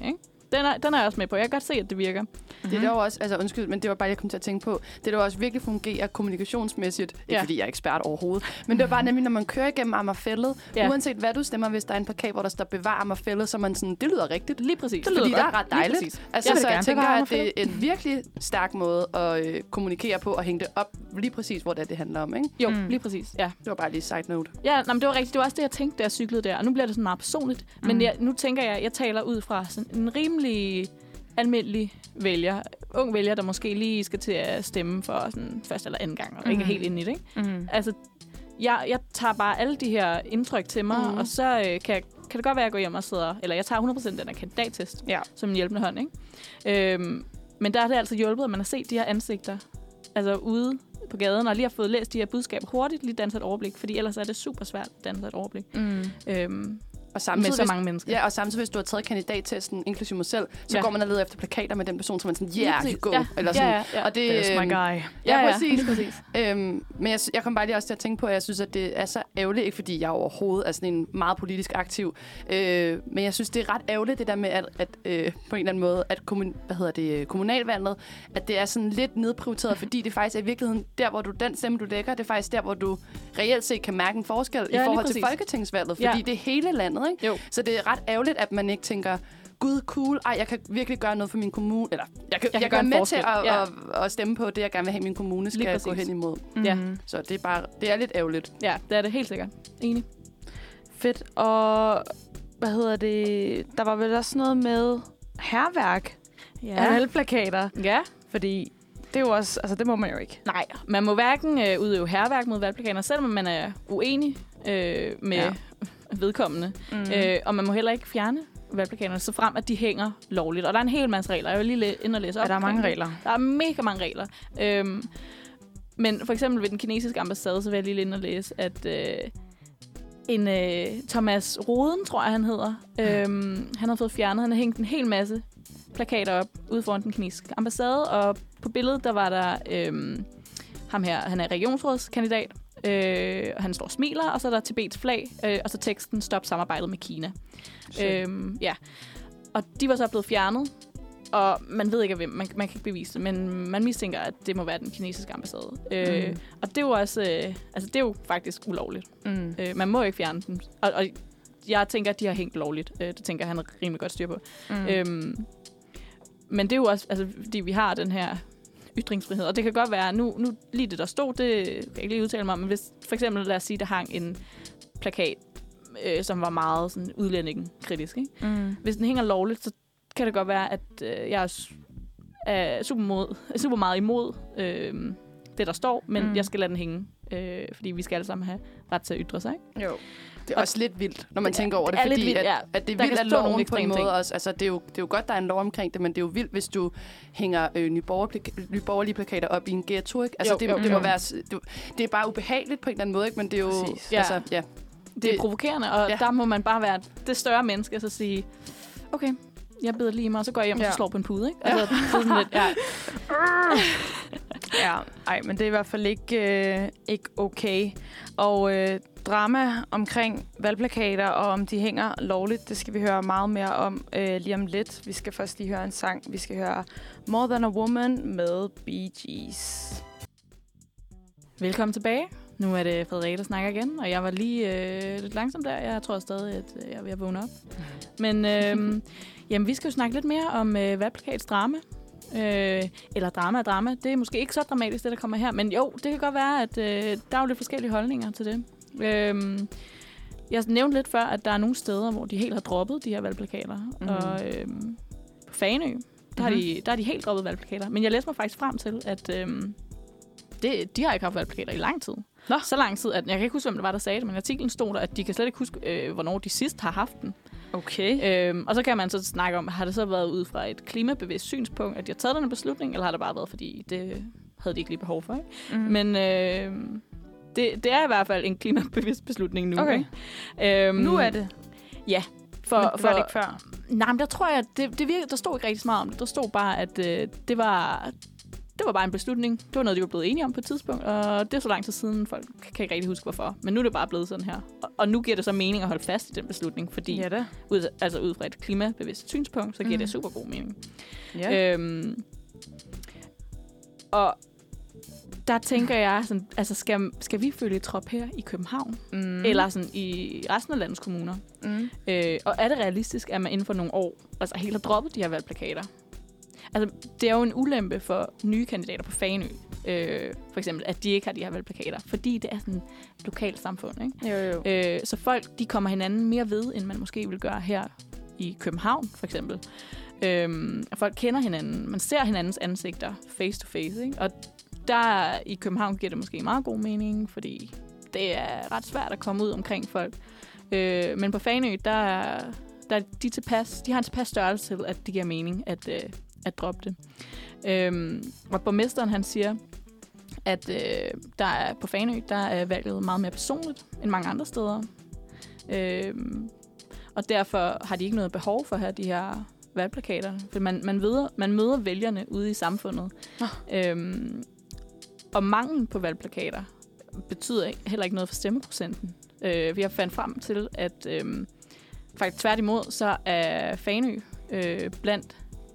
den er, den er jeg også med på. Jeg kan godt se, at det virker. Det er der også, altså undskyld, men det var bare, jeg kom til at tænke på, det der også virkelig fungerer kommunikationsmæssigt, ikke Ja. fordi jeg er ekspert overhovedet, men det var bare nemlig, når man kører igennem Amagerfællet, Ja. uanset hvad du stemmer, hvis der er en plakat, hvor der står bevar Amagerfællet, så er man sådan, det lyder rigtigt. Lige præcis. Det lyder fordi det er ret dejligt. Lige præcis. Altså, Jeg vil så gerne jeg tænker, bevare at det er en virkelig stærk måde at øh, kommunikere på og hænge det op lige præcis, hvor det, er, det handler om, ikke? Jo, Mm. lige præcis. Ja, Det var bare lige side note. ja nej, men det var rigtigt. Det var også det, jeg tænkte, da jeg cyklede der. Og nu bliver det sådan meget personligt. Mm. Men jeg, nu tænker jeg, jeg taler ud fra sådan en rimelig almindelig vælger. Ung vælger, der måske lige skal til at stemme for sådan første eller anden gang, og mm. ikke er helt inde i det, ikke? Mm. Altså, jeg, jeg tager bare alle de her indtryk til mig, Mhm. og så øh, kan, jeg, kan det godt være, at jeg går hjem og sidder... Eller jeg tager hundrede procent den her kandidattest Ja. som en hjælpende hånd, ikke? Øhm, men der er det altså hjulpet, at man har set de her ansigter altså ude på gaden, og lige har fået læst de her budskaber hurtigt, lige danse et overblik, fordi ellers er det super svært at danse et overblik. Mm. Øhm, Og med samtidig, så hvis, mange mennesker. ja, og samtidig, hvis du har taget kandidattesten, inklusive mig selv, så Ja. går man og leder efter plakater med den person, som man sådan, Lige yeah, præcis. you go. Ja. Eller sådan. Ja, ja, ja. Og det, That's my øhm, guy. Ja, Ja, ja. præcis. Lige præcis. Øhm, men jeg, jeg kom bare lige også til at tænke på, at jeg synes, at det er så ærgerligt, ikke fordi jeg overhovedet er sådan en meget politisk aktiv, øh, men jeg synes, det er ret ærgerligt, det der med, at, at øh, på en eller anden måde, at kommun, hvad hedder det, kommunalvalget, at det er sådan lidt nedprioriteret, fordi det faktisk er i virkeligheden der, hvor du den stemme, du lægger, det er faktisk der, hvor du reelt set kan mærke en forskel Ja, i lige forhold til præcis. folketingsvalget, fordi Ja. det er hele landet, ikke? Jo. Så det er ret ærgerligt, at man ikke tænker, gud, cool, ej, jeg kan virkelig gøre noget for min kommune, eller jeg kan, jeg kan jeg gøre kan en være med forskel. til at, Ja. at, at stemme på det, jeg gerne vil have, min kommune skal Lige gå præcis. hen imod. Ja. Mhm. Så det er bare, det er lidt ærgerligt. Ja, det er det helt sikkert. Enig. Fedt. Og hvad hedder det? Der var vel også noget med hærværk af valgplakater. Ja. Fordi det er jo også, altså det må man jo ikke. Nej, man må hverken øh, udøve hærværk mod valgplakater, selvom man er uenig øh, med Ja. ja. vedkommende. Mm. Øh, og man må heller ikke fjerne valgplakaterne, så frem at de hænger lovligt. Og der er en hel masse regler. Jeg vil lige læ- ind og læse op. Ja, der er mange omkring det. regler. Der er mega mange regler. Øhm, men for eksempel ved den kinesiske ambassade, så vil jeg lige ind og læse, at øh, en øh, Thomas Roden, tror jeg han hedder, øhm, han har fået fjernet. Han har hængt en hel masse plakater op ude foran den kinesiske ambassade, og på billedet, der var der øhm, ham her, han er regionsrådskandidat, øh, og han står og smiler, og så er der Tibets flag, øh, og så teksten, stop samarbejdet med Kina. Øhm, ja. Og de var så blevet fjernet, og man ved ikke, hvem, man, man kan ikke bevise det, men man mistænker, at det må være den kinesiske ambassade. Øh, Mm. og det er jo også, øh, altså det er jo faktisk ulovligt. Mm. Øh, man må ikke fjerne dem. Og, og jeg tænker, at de har hængt lovligt. Øh, det tænker jeg, han har rimelig godt styr på. Mm. Øhm, men det er jo også, altså, fordi vi har den her ytringsfrihed, og det kan godt være, nu, nu lige det, der stod, det kan jeg ikke lige udtale mig om, men hvis for eksempel, lad os sige, der hang en plakat, øh, som var meget sådan udlændingekritisk, ikke? Mm. Hvis den hænger lovligt, så kan det godt være, at øh, jeg er, s- er super, mod, super meget imod øh, det, der står, men Mm. mm. jeg skal lade den hænge, øh, fordi vi skal alle sammen have ret til at ytre sig, ikke? Jo. Det er også lidt vildt, når man Det er- tænker over det, det er lidt fordi vildt, at, ja. at det er Der vildt, kan at stå nogle loven på en ekstreme måde ting. også, altså det er, jo, det er jo godt, der er en lov omkring det, men det er jo vildt, hvis du hænger øh, nye, borgerpla- nye borgerlige plakater op i en ghetto, ikke? Altså Jo, det, jo, det må jo. være, s- det, det er bare ubehageligt på en eller anden måde, ikke? Men det er jo, Præcis. Ja. altså, ja. Det er Det- provokerende, og ja. ja. der må man bare være det større menneske, og så sige, okay, jeg bider lige i mig, og så går jeg hjem og Ja. så slår på en pude, ikke? Altså, det er sådan lidt, ja. Ja, ej, men det er i hvert fald ikke, øh, ikke okay. Og øh, drama omkring valgplakater, og om de hænger lovligt, det skal vi høre meget mere om øh, lige om lidt. Vi skal først lige høre en sang. Vi skal høre More Than a Woman med Bee Gees. Velkommen tilbage. Nu er det Frederikke, der snakker igen, og jeg var lige øh, lidt langsom der. Jeg tror stadig, at øh, jeg er ved at vågne op. Men øh, jamen, vi skal jo snakke lidt mere om øh, valgplakats drama. Øh, eller drama og drama. Det er måske ikke så dramatisk, det der kommer her. Men jo, det kan godt være, at øh, der er jo lidt forskellige holdninger til det. Øh, jeg nævnte lidt før, at der er nogle steder, hvor de helt har droppet de her valgplakater. Mhm. Mm. Og øh, på Fanø, der, har de, der har de helt droppet valgplakater. Men jeg læste mig faktisk frem til, at øh, det, de har ikke haft valgplakater i lang tid. Nå. Så lang tid, at jeg kan ikke huske, hvem det var, der sagde det, men i artiklen stod der, at de kan slet ikke huske, øh, hvornår de sidst har haft den. Okay. Øhm, og så kan man så snakke om, har det så været ud fra et klimabevidst synspunkt, at de har taget den beslutning, eller har det bare været, fordi det havde de ikke lige behov for, ikke? Mm. Men øh, det, det er i hvert fald en klimabevidst beslutning nu. Okay. Ikke? Øhm, Nu er det. Ja. For, For, for, for, var det ikke før? Nej, men der tror jeg, at det, det virkede, der stod ikke rigtig så meget om det. Der stod bare, at øh, det var... det var bare en beslutning. Det var noget, de var blevet enige om på et tidspunkt, og det er så lang tid siden, folk kan ikke rigtig huske, hvorfor. Men nu er det bare blevet sådan her. Og, og nu giver det så mening at holde fast i den beslutning, fordi Ja, det. ud, altså ud fra et klimabevidst synspunkt, så giver mm. det super god mening. Ja. Øhm, og der tænker jeg, sådan, altså skal, skal vi følge trop her i København? Mm. Eller sådan i resten af landets kommuner? Mm. Øh, og er det realistisk, at man inden for nogle år altså helt har droppet de her valgplakater? Altså, det er jo en ulempe for nye kandidater på Fanø, øh, for eksempel, at de ikke har de her valgplakater, fordi det er sådan et lokalt samfund, ikke? Jo, jo. Øh, så folk, de kommer hinanden mere ved, end man måske vil gøre her i København, for eksempel. Øh, og folk kender hinanden. Man ser hinandens ansigter face to face, ikke? Og der i København giver det måske meget god mening, fordi det er ret svært at komme ud omkring folk. Øh, men på Fanø, der, der er de, tilpas, de har en tilpas størrelse til, at det giver mening at, øh, at droppe det. Øh, og borgmesteren, han siger, at øh, der er, på Fanø, der er valget meget mere personligt end mange andre steder. Øh, og derfor har de ikke noget behov for at have de her valgplakater. For man, man, ved, man møder vælgerne ude i samfundet. Oh. Øhm, og manglen på valgplakater betyder heller ikke noget for stemmeprocenten. Øh, vi har fandt frem til, at øh, faktisk tværtimod, så er Fanø øh, blandt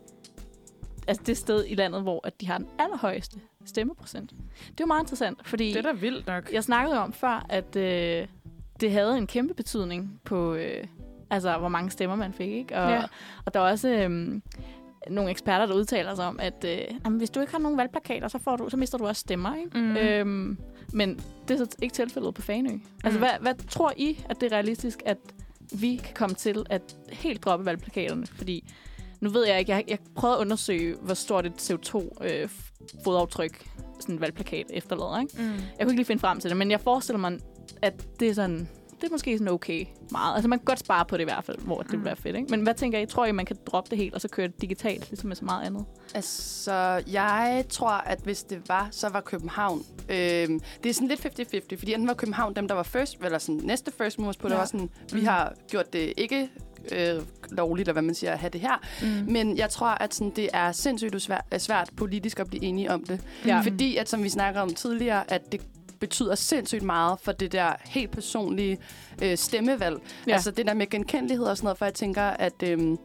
altså det sted i landet, hvor at de har den allerhøjeste stemmeprocent. Det er jo meget interessant, fordi Det er da vildt nok. jeg snakkede om før, at øh, det havde en kæmpe betydning på, øh, altså hvor mange stemmer man fik, ikke? Og, Ja. og der er også øh, nogle eksperter, der udtaler sig om, at øh, jamen, hvis du ikke har nogen valgplakater, så, får du, så mister du også stemmer, ikke? Mm. Øhm, men det er så ikke tilfældet på Fanø. Altså, Mm. hvad, hvad tror I, at det er realistisk, at vi kan komme til at helt droppe valgplakaterne? Fordi nu ved jeg ikke, jeg, jeg prøvede at undersøge, hvor stort et C O to fodaftryk sådan en valgplakat efterlader, ikke? Mm. Jeg kunne ikke lige finde frem til det, men jeg forestiller mig, at det er sådan, det er måske sådan okay meget. Altså man kan godt spare på det i hvert fald, hvor det Mm. vil være fedt, ikke? Men hvad tænker I? Tror I, man kan droppe det helt, og så køre det digitalt, ligesom med så meget andet? Altså, jeg tror, at hvis det var, så var København. Øhm, det er sådan lidt halvtreds halvtreds, fordi enten var København dem, der var first, eller sådan næste first movers på, ja. Der var sådan, vi Mm. har gjort det ikke øh, lovligt, eller hvad man siger, at have det her. Mm. Men jeg tror, at sådan, det er sindssygt svært, svært politisk at blive enige om det. Ja. Fordi, at som vi snakker om tidligere, at det betyder sindssygt meget for det der helt personlige øh, stemmevalg. Ja. Altså det der med genkendelighed og sådan noget, for jeg tænker, at, øhm,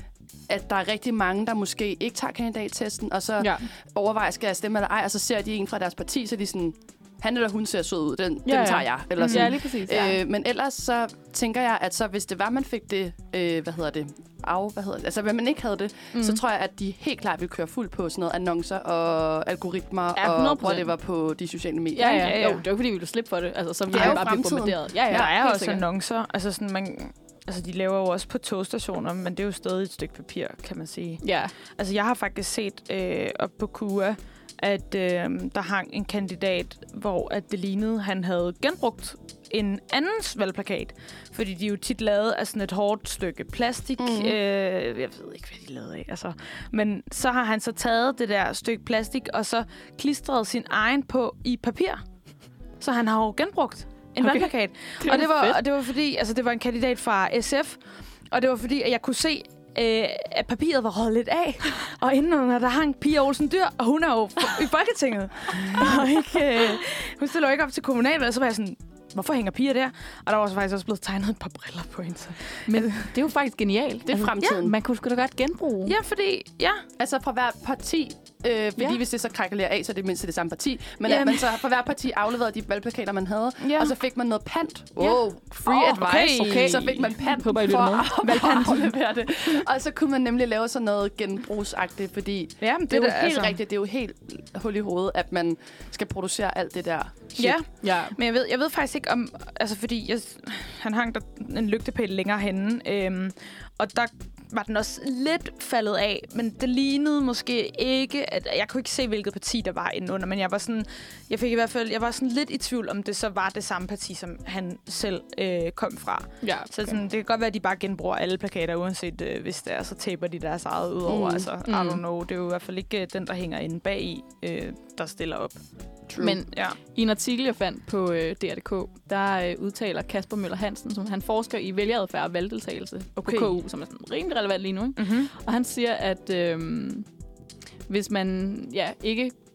at der er rigtig mange, der måske ikke tager kandidattesten, og så Ja. overvejer, skal jeg stemme eller ej, og så ser de en fra deres parti, så er de sådan, han eller hun ser sød ud, den, Ja, den ja. tager jeg. Eller Mm. sådan. Ja, lige præcis. Ja. Øh, men ellers så tænker jeg, at så hvis det var, man fik det, øh, hvad hedder det, af, hvad hedder det, altså hvis man ikke havde det, Mm. mm. så tror jeg, at de helt klart vil køre fuld på sådan noget annoncer og algoritmer Ja, og hundrede procent. whatever på de sociale medier. Ja, ikke? ja, Ja, ja. ja. Jo, det er jo fordi, vi vil slippe for det. Altså, så vil Det er vi jo bare blive fremtiden. bombarderet. Ja, ja, Der er helt også sikkert. annoncer. Altså, sådan, man, altså, de laver jo også på togstationer, men det er jo stadig et stykke papir, kan man sige. Ja. Altså, jeg har faktisk set øh, op på Q A, at øh, der hang en kandidat, hvor at det lignede, han havde genbrugt en andens valgplakat. Fordi de er jo tit lavet af sådan et hårdt stykke plastik. Mhm. Øh, jeg ved ikke, hvad de lavede af. Altså. Men så har han så taget det der stykke plastik, og så klistret sin egen på i papir. Så han har jo genbrugt en Okay. valgplakat. Det og, det var, fedt. og det var fordi, altså det var en kandidat fra S F, og det var fordi, at jeg kunne se, øh, at papiret var røget lidt af. Og indenunder, der hang Pia Olsen Dyhr, og hun er jo i Folketinget. og ikke, øh, hun stiller jo ikke op til kommunalvalget, så var jeg sådan, hvorfor hænger Pia der? Og der var så faktisk også blevet tegnet et par briller på hende. Så. Men det er jo faktisk genialt. Det er fremtiden. Ja, man kunne sgu da godt genbruge. Ja, fordi, ja. Altså fra hver parti, øh, fordi Ja. hvis det så krakelerer af, så er det mindst det samme parti. Men Jamen. at man så fra hver parti afleverede de valgplakater, man havde, Ja. og så fik man noget pant. Ja. Wow, free Åh, advice. okay. Okay. Så fik man pant Håber, I for lytter at aflevere det. Og så kunne man nemlig lave sådan noget genbrugsagtigt, fordi Ja, men det er jo da, helt altså. rigtigt, det er jo helt hul i hovedet, at man skal producere alt det der shit. Ja, Ja. men jeg ved, jeg ved faktisk ikke om... Altså, fordi jeg, han hang der en lygtepæl længere henne, øhm, og der var den også lidt faldet af, men det lignede måske ikke, at jeg kunne ikke se, hvilket parti der var indenunder, men jeg var sådan, jeg fik i hvert fald, jeg var sådan lidt i tvivl, om det så var det samme parti, som han selv øh, kom fra. Ja. Så sådan, det kan godt være, at de bare genbruger alle plakater, uanset øh, hvis det er, så taber de deres eget ud over. Mm. Mm. Altså, I Mm. don't know. Det er jo i hvert fald ikke øh, den, der hænger inde bag i, øh, der stiller op. True. Men Ja. i en artikel, jeg fandt på øh, D R punktum D K, der øh, udtaler Kasper Møller Hansen, som han forsker i vælgeradfærd og valgdeltagelse Okay. på K U, som er sådan rimelig relevant lige nu. Ikke? Mm-hmm. Og han siger, at øh, hvis man ja, ikke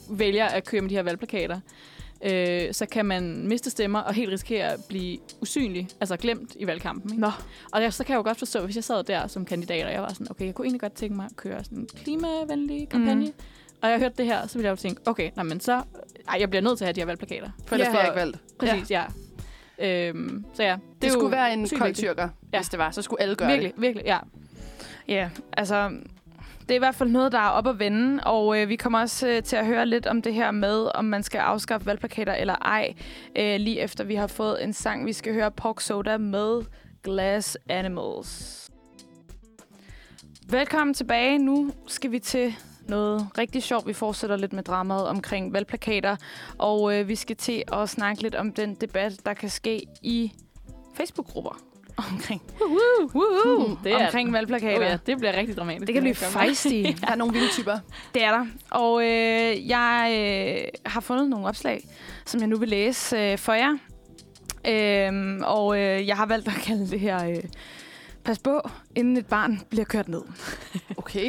vælger at køre med de her valgplakater, øh, så kan man miste stemmer og helt risikere at blive usynlig, altså glemt i valgkampen. Ikke? Nå. Og der, så kan jeg jo godt forstå, hvis jeg sad der som kandidat, og jeg var sådan, okay, jeg kunne egentlig godt tænke mig at køre sådan en klimavenlig kampagne, mm. og jeg hørte det her, så ville jeg jo tænke, okay, nej, men så, ej, jeg bliver nødt til at have de her valgplakater. For ellers bliver jeg ikke valgt. Præcis, ja. ja. Øhm, så ja, det, det skulle være en sygt kold vigtigt. tyrker, Ja. hvis det var. Så skulle alle gøre virkelig, det. Virkelig, ja. Ja, altså, det er i hvert fald noget, der er op at vende, og øh, vi kommer også øh, til at høre lidt om det her med, om man skal afskaffe valgplakater eller ej, øh, lige efter vi har fået en sang. Vi skal høre Pork Soda med Glass Animals. Velkommen tilbage. Nu skal vi til noget rigtig sjovt. Vi fortsætter lidt med dramaet omkring valgplakater, og øh, vi skal til at snakke lidt om den debat, der kan ske i Facebook-grupper omkring, Woohoo! Woohoo! uh, det omkring valgplakater. Oh ja, det bliver rigtig dramatisk. Det kan blive feisty. Der er nogle vilde typer. Det er der. Og øh, jeg øh, har fundet nogle opslag, som jeg nu vil læse øh, for jer. Øh, og øh, jeg har valgt at kalde det her øh, pas på, inden et barn bliver kørt ned. Okay.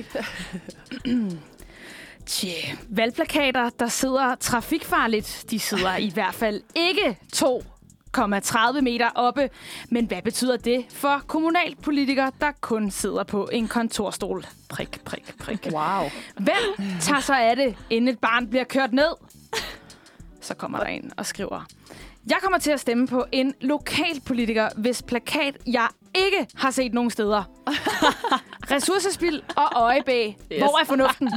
Tje, valgplakater, der sidder trafikfarligt, de sidder i hvert fald ikke to komma tredive meter oppe. Men hvad betyder det for kommunalpolitikere, der kun sidder på en kontorstol? Prik, prik, prik. Wow. Hvem tager sig af det, inden et barn bliver kørt ned? Så kommer der en og skriver: Jeg kommer til at stemme på en lokalpolitiker, hvis plakat jeg ikke har set nogen steder. Ressourcespild og øjebæ. Yes. Hvor er fornuften?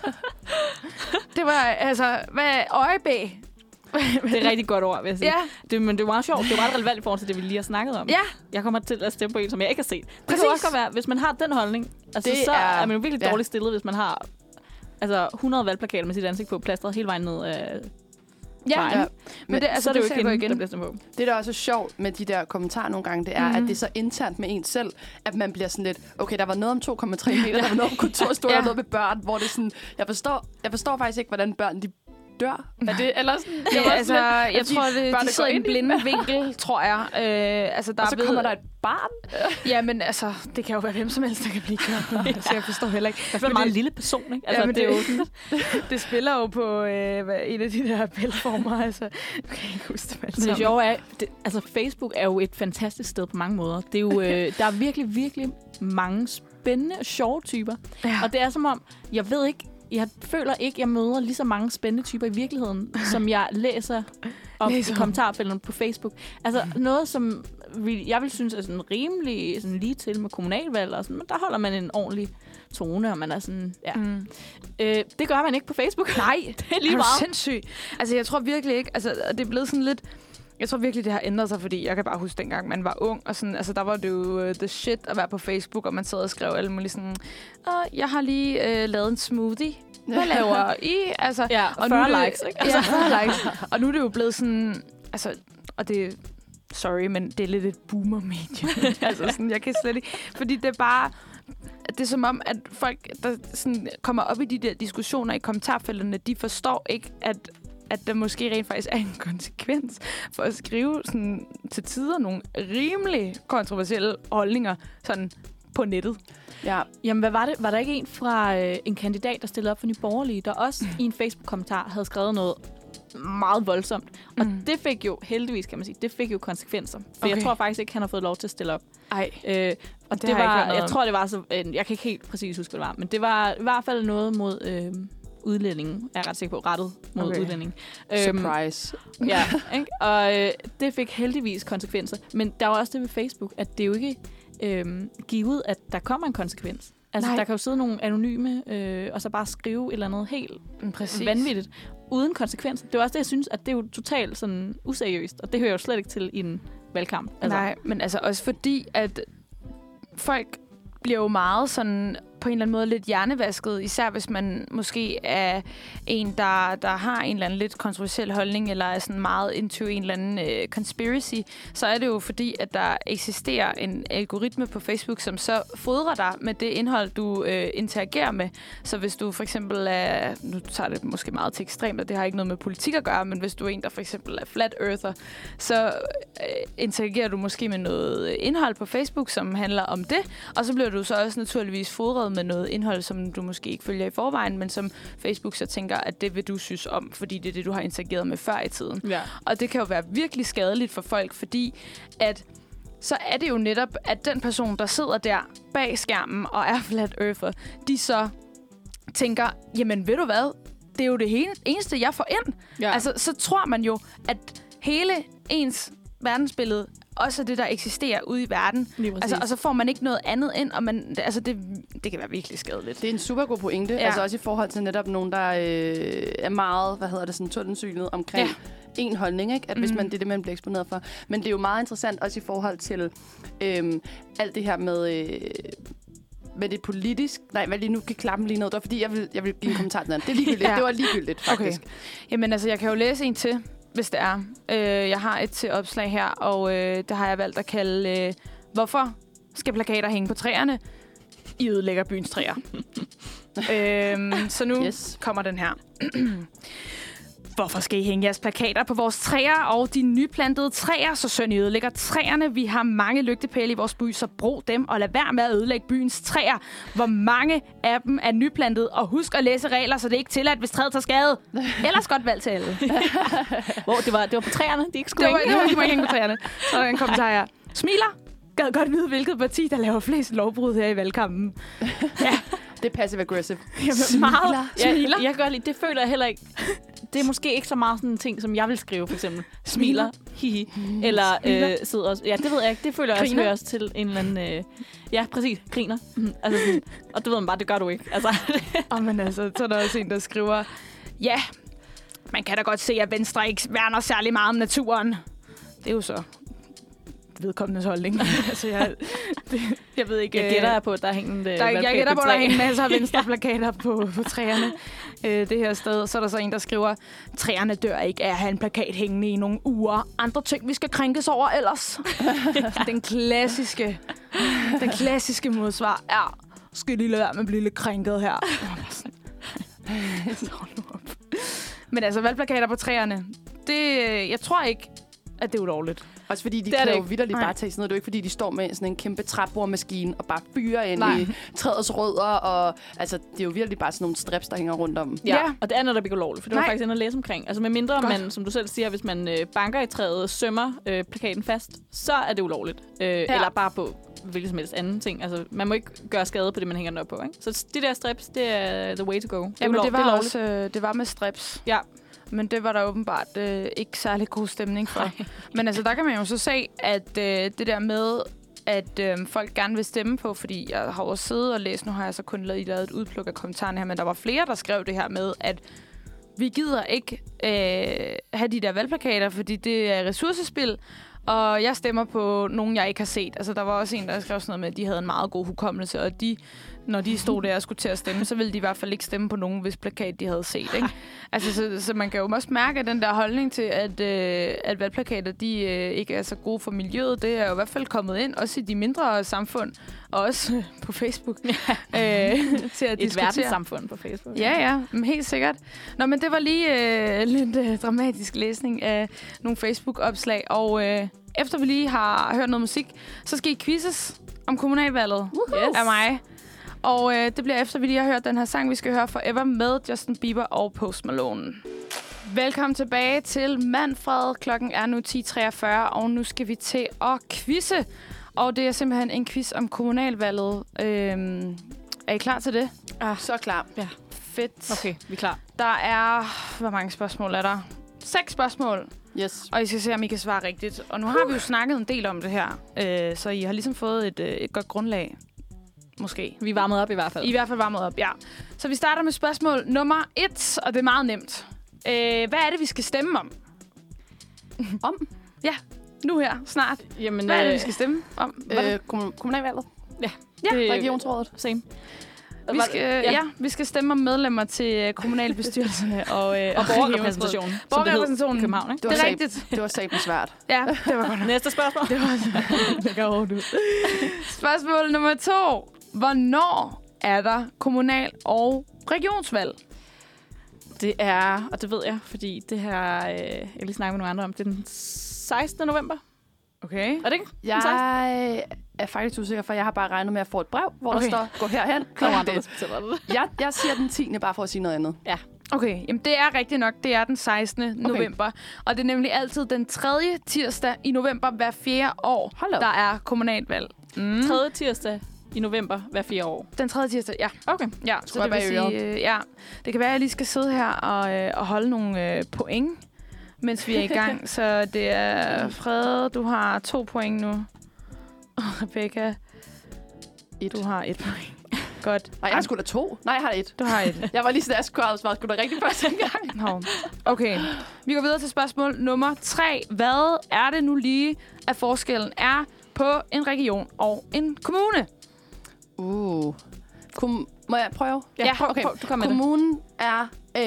Det var altså, hvad er øjebæ? Det er et rigtig godt ord, vil jeg sige. Ja. Det, men det er meget sjovt. Det er meget relevant i forhold til det, vi lige har snakket om. Ja. Jeg kommer til at stemme på en, som jeg ikke har set. Det Præcis. kan også godt være, hvis man har den holdning, altså, Det så er- er man jo virkelig ja. dårligt stillet, hvis man har altså, hundrede valgplakater med sit ansigt på, plastret hele vejen ned af Ja, vejen. ja. Men det, altså, så er det jo ser ikke jeg hende, der igen. bliver stemt på. Det, der også er sjovt med de der kommentarer nogle gange, det er, Mhm. mm-hmm. at det er så internt med en selv, at man bliver sådan lidt, okay, der var noget om to komma tre meter, der var noget om kontorstol, Ja. der var noget med børn, hvor det er sådan, jeg forstår, jeg forstår faktisk ikke, hvordan børn, de dør. Er det, eller sådan, det Ja, var altså, sådan jeg lidt, tror, at de det, børn, de der sidder går i en ind i blinde vinkel, tror jeg. Øh, altså, der og så er ved, kommer der et barn. Ja, men altså, det kan jo være hvem som helst, der kan blive kørt ned. Så jeg forstår heller ikke. I hvert fald en meget lille person, ikke? Altså, Ja, men det, er jo det, det spiller jo på øh, hvad- en af de der bæltformer. Altså, jeg kan ikke huske det alt Men det sammen. sjove er, det, altså Facebook er jo et fantastisk sted på mange måder. Det er jo, øh, der er virkelig, virkelig mange spændende og sjove typer. Ja. Og det er som om, jeg ved ikke, jeg føler ikke, jeg møder lige så mange spændende typer i virkeligheden, som jeg læser om Læser i om. kommentarfelterne på Facebook. Altså noget, som vi- jeg vil synes er sådan rimelig sådan lige til med kommunalvalg og sådan, men der holder man en ordentlig tone, og man er sådan, ja. Mm. Øh, det gør man ikke på Facebook. Nej, det er lige er du meget. sindssyg? Altså, jeg tror virkelig ikke, altså, og det er blevet sådan lidt. Jeg tror virkelig, det har ændret sig, fordi jeg kan bare huske dengang, man var ung, og sådan, altså, der var det jo uh, the shit at være på Facebook, og man sad og skrev alle mulige sådan, Åh, jeg har lige uh, lavet en smoothie. Hvad laver I? Altså, Ja, og nu fyrre er det, likes, ikke? Altså, fyrre likes. Og nu er det jo blevet sådan, altså, og det, sorry, men det er lidt et boomer-medie. altså, sådan, jeg kan slet ikke, fordi det er bare, det er som om, at folk, der sådan kommer op i de der diskussioner i kommentarfelterne, de forstår ikke, at at der måske rent faktisk er en konsekvens for at skrive sådan, til tider nogle rimelig kontroversielle holdninger sådan på nettet. Ja, Jamen, hvad var det? Var der ikke en fra øh, en kandidat, der stillede op for Nye Borgerlige, der også i en Facebook-kommentar havde skrevet noget meget voldsomt? Og Mm. det fik jo, heldigvis kan man sige, det fik jo konsekvenser. For okay. Okay. jeg tror faktisk ikke, han har fået lov til at stille op. Ej. Øh, og det, Det det har jeg ikke var, hørt noget jeg om. tror, det var så, øh, jeg kan ikke helt præcis huske, hvad det var, men det var i hvert fald noget mod øh, udlændingen, er jeg ret sikker på, rettet mod Okay. okay. udlændingen. surprise. Ja, ikke? Og øh, det fik heldigvis konsekvenser. Men der var også det ved Facebook, at det er jo ikke øh, givet, at der kommer en konsekvens. Altså, Nej. der kan jo sidde nogle anonyme, øh, og så bare skrive et eller andet helt Præcis. vanvittigt, uden konsekvens. Det er også det, jeg synes, at det er jo totalt sådan useriøst, og det hører jo slet ikke til i en valgkamp. Altså. Nej, men altså også fordi, at folk bliver jo meget sådan på en eller anden måde lidt hjernevasket, især hvis man måske er en, der, der har en eller anden lidt kontroversiel holdning, eller er sådan meget into en eller anden øh, conspiracy, så er det jo fordi, at der eksisterer en algoritme på Facebook, som så fodrer dig med det indhold, du øh, interagerer med. Så hvis du for eksempel er, nu tager det måske meget til ekstremt, og det har ikke noget med politik at gøre, men hvis du er en, der for eksempel er flat earther, så øh, interagerer du måske med noget indhold på Facebook, som handler om det, og så bliver du så også naturligvis fodret bombarderet med noget indhold, som du måske ikke følger i forvejen, men som Facebook så tænker, at det vil du synes om, fordi det er det, du har interageret med før i tiden. Ja. Og det kan jo være virkelig skadeligt for folk, fordi at så er det jo netop, at den person, der sidder der bag skærmen og er flat earther, de så tænker, jamen ved du hvad, det er jo det eneste, jeg får ind. Ja. Altså, så tror man jo, at hele ens verdensbillede også er det, der eksisterer ude i verden. Altså, og så får man ikke noget andet ind, og man, det, altså det, det kan være virkelig skadeligt. Det er en super god pointe. Ja. Altså også i forhold til netop nogen, der øh, er meget, hvad hedder det, sådan tunnelsynet omkring ja. en holdning, ikke? At mm. hvis man, det er det, man bliver eksponeret for. Men det er jo meget interessant også i forhold til øh, alt det her med... Øh, med det politisk... Nej, hvad lige nu kan klappe lige noget. Det var fordi, jeg vil, jeg vil give en kommentar til den. Det er ligegyldigt. ja. Det var ligegyldigt, faktisk. Okay. Jamen altså, jeg kan jo læse en til, hvis det er. Øh, jeg har et til opslag her, og øh, det har jeg valgt at kalde... Øh, hvorfor skal plakater hænge på træerne? I ødelægger byens træer. øhm, så nu yes. kommer den her. Hvorfor skal I hænge jeres plakater på vores træer og de nyplantede træer, så søn I ødelægger træerne? Vi har mange lygtepæle i vores by, så brug dem og lad være med at ødelægge byens træer. Hvor mange af dem er nyplantet? Og husk at læse regler, så det er ikke tilladt, hvis træet tager skade. Ellers godt valg til alle. Wow, det, var, det var på træerne, de ikke skulle det var, hænge. Det var, de må ikke hænge på træerne. Så er der en kommentar her. Smiler. Gad godt vide, hvilket parti, der laver flest lovbrud her i valgkampen. Ja. Det er passive-aggressive. Meget. Smiler. Jeg, jeg kan godt lide. Det føler jeg heller ikke. Det er måske ikke så meget sådan en ting, som jeg vil skrive, for eksempel. Smiler. Hihi. Mm, eller øh, sidder også. Ja, det ved jeg ikke. Det føler jeg også hører også til en eller anden... Øh, ja, præcis. Griner. Mm, altså sådan, og det ved man bare, det gør du ikke. Altså. oh, men altså, så er der også en, der skriver... Ja, man kan da godt se, at Venstre ikke værner særlig meget om naturen. Det er jo så... vedkommendes holdning. altså, jeg, det, jeg ved ikke... Jeg gætter på, at der er hængt... Der, jeg gætter på, at der er hængt masser af Venstre-plakater på, på træerne øh, det her sted. Så er der så en, der skriver, træerne dør ikke af at have en plakat hængende i nogle uger. Andre ting, vi skal krænkes over ellers. den klassiske den klassiske modsvar er, skal lige lade være med at blive lidt krænket her. Men altså, valgplakater på træerne, det, jeg tror ikke, at det er ulovligt. Også fordi de kan jo vitterligt bare tage sådan noget. Det er jo ikke, fordi de står med sådan en kæmpe træbordmaskine og bare fyrer ind Nej. i træets rødder. Og, altså, det er jo virkelig bare sådan nogle strips, der hænger rundt om. Ja, ja. Og det er noget, der bliver ulovligt. For det var faktisk inde at læse omkring. Altså med mindre Godt. man, som du selv siger, hvis man øh, banker i træet, sømmer øh, plakaten fast, så er det ulovligt. Øh, ja. Eller bare på hvilket som helst anden ting. Altså, man må ikke gøre skade på det, man hænger den op på. Ikke? Så de der strips, det er the way to go. Ja, men det var, det, også, øh, det var med strips. Ja. Men det var der åbenbart øh, ikke særlig god stemning for. Nej. Men altså, der kan man jo så se, at øh, det der med, at øh, folk gerne vil stemme på, fordi jeg har også siddet og læst, nu har jeg så kun lavet, lavet et udpluk af kommentarerne her, men der var flere, der skrev det her med, at vi gider ikke øh, have de der valgplakater, fordi det er ressourcespil, og jeg stemmer på nogen, jeg ikke har set. Altså, der var også en, der skrev sådan noget med, at de havde en meget god hukommelse, og de, når de stod der og skulle til at stemme, så ville de i hvert fald ikke stemme på nogen, hvis plakat de havde set. Ikke? Altså, så, så man kan jo også mærke den der holdning til, at, øh, at valgplakater de, øh, ikke er så gode for miljøet. Det er jo i hvert fald kommet ind, også i de mindre samfund, og også på Facebook. Ja. øh, til at Et verdenssamfund på Facebook. Ja, ja, men helt sikkert. Nå, men det var lige øh, lidt øh, dramatisk læsning af nogle Facebook-opslag, og øh, efter vi lige har hørt noget musik, så skal I quizzes om kommunalvalget yes. af mig. Og øh, det bliver efter, vi lige har hørt den her sang, vi skal høre Forever med Justin Bieber og Post Malone. Velkommen tilbage til Manfred. Klokken er nu ti treogfyrre, og nu skal vi til at quizze. Og det er simpelthen en quiz om kommunalvalget. Øhm, er I klar til det? Ah, så klar. Ja. Fedt. Okay, vi er klar. Der er... Hvor mange spørgsmål er der? Seks spørgsmål. Yes. Og I skal se, om I kan svare rigtigt. Og nu har vi jo snakket en del om det her. Øh, så I har ligesom fået et, et godt grundlag. Måske. Vi er varmet op i hvert fald. I, I hvert fald varmet op, ja. Så vi starter med spørgsmål nummer et, og det er meget nemt. Øh, hvad er det, vi skal stemme om? Om? Ja, nu her, snart. Jamen, hvad er det, øh, vi skal stemme om? Øh, kommun- kommunalvalget? Ja. ja. Det, Regionsrådet? Same. Vi skal, ja. ja, vi skal stemme om medlemmer til kommunalbestyrelserne og, øh, og borgerrepræsentationen. Borgerrepræsentationen i København, ikke? Det, det er rigtigt. Det var sagt svært. Ja, det var godt. Næste spørgsmål. Det var det går du. Spørgsmål nummer to. Hvornår er der kommunal- og regionsvalg? Det er, og det ved jeg, fordi det her, øh, jeg lige snakke med nogle andre om, det er den sekstende november. Okay. Er det ikke? Jeg er faktisk usikker, for jeg har bare regnet med at få et brev, hvor Okay. der står, gå herhen, Der klar var det. det. Jeg, jeg siger den tiende bare for at sige noget andet. Ja. Okay, jamen det er rigtigt nok. Det er den sekstende november. Og det er nemlig altid den tredje tirsdag i november hver fjerde år, Hold op. der er kommunalvalg. Mm. Tredje tirsdag i november hver fire år. Den tredje tirsdag, ja. Okay. Ja, så det vil sige, øh, ja. Det kan være, at jeg lige skal sidde her og, øh, og holde nogle øh, point, mens vi er i gang. Så det er Frede, du har to point nu. Og Rebecca, Et. du har et point. Godt. Nej, jeg har sgu da to. Nej, jeg har et. Du har et. Jeg var lige sådan, at jeg skulle have svaret sgu da rigtig første gang. Nå. Okay, vi går videre til spørgsmål nummer tre. Hvad er det nu lige, at forskellen er på en region og en kommune? Uh. Kom, må jeg prøve? Ja, prøv, okay. prøv, du kommer med Kommunen er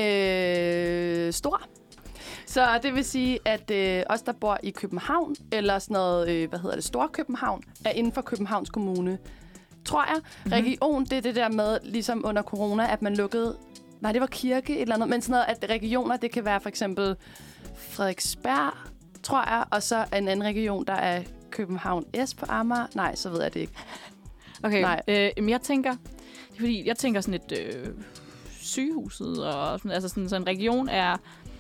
øh, stor. Så det vil sige, at øh, os, der bor i København, eller sådan noget, øh, hvad hedder det, Storkøbenhavn, er inden for Københavns Kommune. Tror jeg. Mm-hmm. Region, det er det der med, ligesom under corona, at man lukkede... Nej, det var kirke, et eller andet. Men sådan noget, at regioner, det kan være for eksempel Frederiksberg, tror jeg, og så en anden region, der er København S på Amager. Nej, så ved jeg det ikke. Okay, Nej. øh, men jeg tænker, det er fordi, jeg tænker sådan et øh, sygehuset, og sådan, altså sådan, så en region er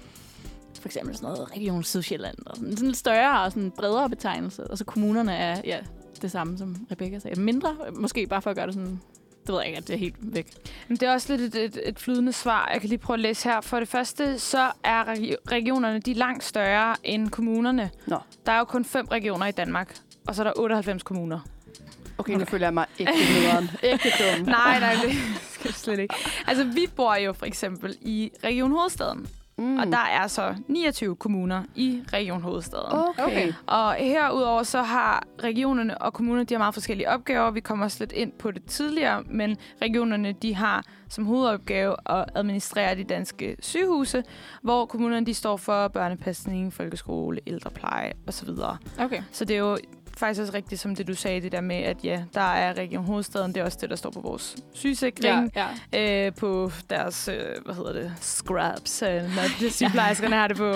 for eksempel sådan noget Region Sydsjælland, og sådan, sådan lidt større og sådan bredere betegnelse, og så kommunerne er, ja, det samme, som Rebecca sagde. Mindre, måske bare for at gøre det sådan, det ved jeg ikke, at det er helt væk. Men det er også lidt et, et, et flydende svar. Jeg kan lige prøve at læse her. For det første, så er regi- regionerne de er langt større end kommunerne. Nå. Der er jo kun fem regioner i Danmark, og så er der otteoghalvfems kommuner. Okay, nu føler jeg mig ikke nederen. Ikke dum. Nej, nej, det skal jeg slet ikke. Altså, vi bor jo for eksempel i Region Hovedstaden, mm. og der er så niogtyve kommuner i Region Hovedstaden. Okay. okay. Og herudover så har regionerne og kommunerne, de har meget forskellige opgaver. Vi kommer også lidt ind på det tidligere, men regionerne, de har som hovedopgave at administrere de danske sygehuse, hvor kommunerne, de står for børnepasning, folkeskole, ældrepleje osv. Okay. Så det er jo faktisk også rigtigt, som det du sagde, det der med, at ja, der er Region Hovedstaden, det er også det, der står på vores sygesikring, Ja, ja. øh, på deres, øh, hvad hedder det, scrubs, øh, når det sygeplejerskerne har det på,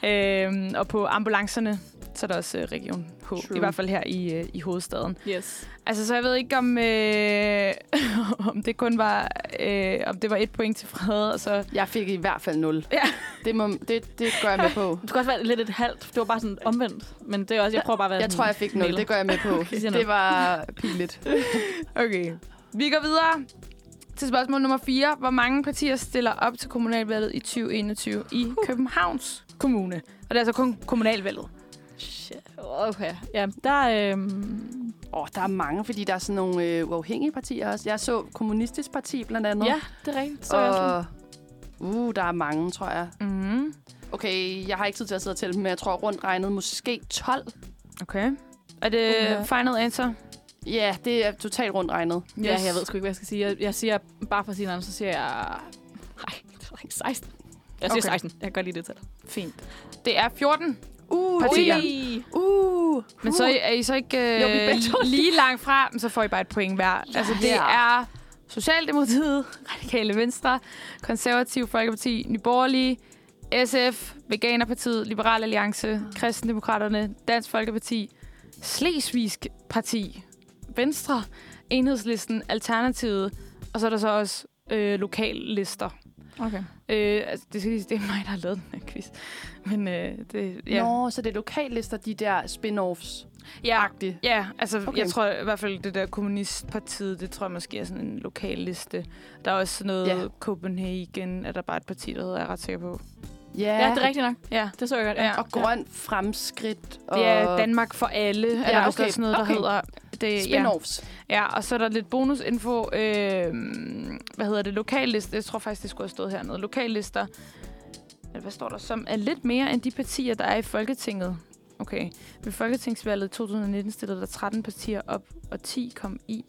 øh, og på ambulancerne, så er der også øh, Region H, True. i hvert fald her i, øh, i hovedstaden. Yes. Altså, så jeg ved ikke, om, øh, om det kun var, øh, om det var et point til Frede, og så... Jeg fik i hvert fald nul. Ja. Det, må, det, det gør jeg med på. Det skulle også være lidt et halvt. Det var bare sådan omvendt. Men det er også, jeg prøver bare at være Jeg sådan tror, jeg fik nul. mailer. Det gør jeg med på. Okay. Det var pinligt. Okay. Vi går videre til spørgsmål nummer fire. Hvor mange partier stiller op til kommunalvalget i tyve enogtyve i uh. Københavns Kommune? Og det er altså kun kommunalvalget. Shit. Okay. Ja, der øhm... Åh, oh, der er mange, fordi der er sådan nogle øh, uafhængige partier også. Jeg så Kommunistisk Parti blandt andet. Ja, det er rigtigt. Så og... jeg også. Uh, der er mange, tror jeg. Mm. Okay, jeg har ikke tid til at sidde og tælle dem, men jeg tror rundt regnet måske tolv. Okay. Er det Okay. final answer? Ja, det er totalt rundt regnet. Yes. Ja, jeg ved sgu ikke, hvad jeg skal sige. Jeg, jeg siger, bare for at sige noget, så siger jeg... Nej, det var ikke seksten. Jeg siger Okay. seksten. Jeg kan godt lide det tal. Fint. Det er fjorten Uh, partier. Ui. Uh, Men så er I så ikke øh, Jo, vi er begge to lige langt fra, men så får I bare et point hver. Ja. Altså, det er Socialdemokratiet, Radikale Venstre, Konservativ Folkeparti, Nye Borgerlige, S F, Veganerpartiet, Liberal Alliance, Kristendemokraterne, Dansk Folkeparti, Slesvigsk Parti, Venstre, Enhedslisten, Alternativet, og så er der så også øh, lokallister. Okay. Øh, altså, det skal lige sige, det er mig, der har lavet den her quiz. Men øh, det, ja. Nå, så det er lokallister, de der spin-offs. Ja, Agtigt. ja, altså Okay. okay. Jeg tror i hvert fald, det der kommunistpartiet, det tror jeg måske er sådan en lokal liste. Der er også noget Ja. yeah. Copenhagen, er der bare et parti, der hedder, jeg er ret sikker på. Ja, Ja, det er rigtigt nok. Ja, Det så jeg godt. Ja. Og grøn fremskridt. Og det er Danmark for alle, er der Ja, også okay. også noget, der Okay. hedder. Det, ja. spin-offs. ja, og så er der lidt bonusinfo. Øh, hvad hedder det? Lokalliste. Jeg tror faktisk, det skulle have stået hernede. Lokallister. Eller hvad står der? Som er lidt mere end de partier, der er i Folketinget. Okay. Ved Folketingsvalget i to tusind nitten stillede der tretten partier op, og ti kom i.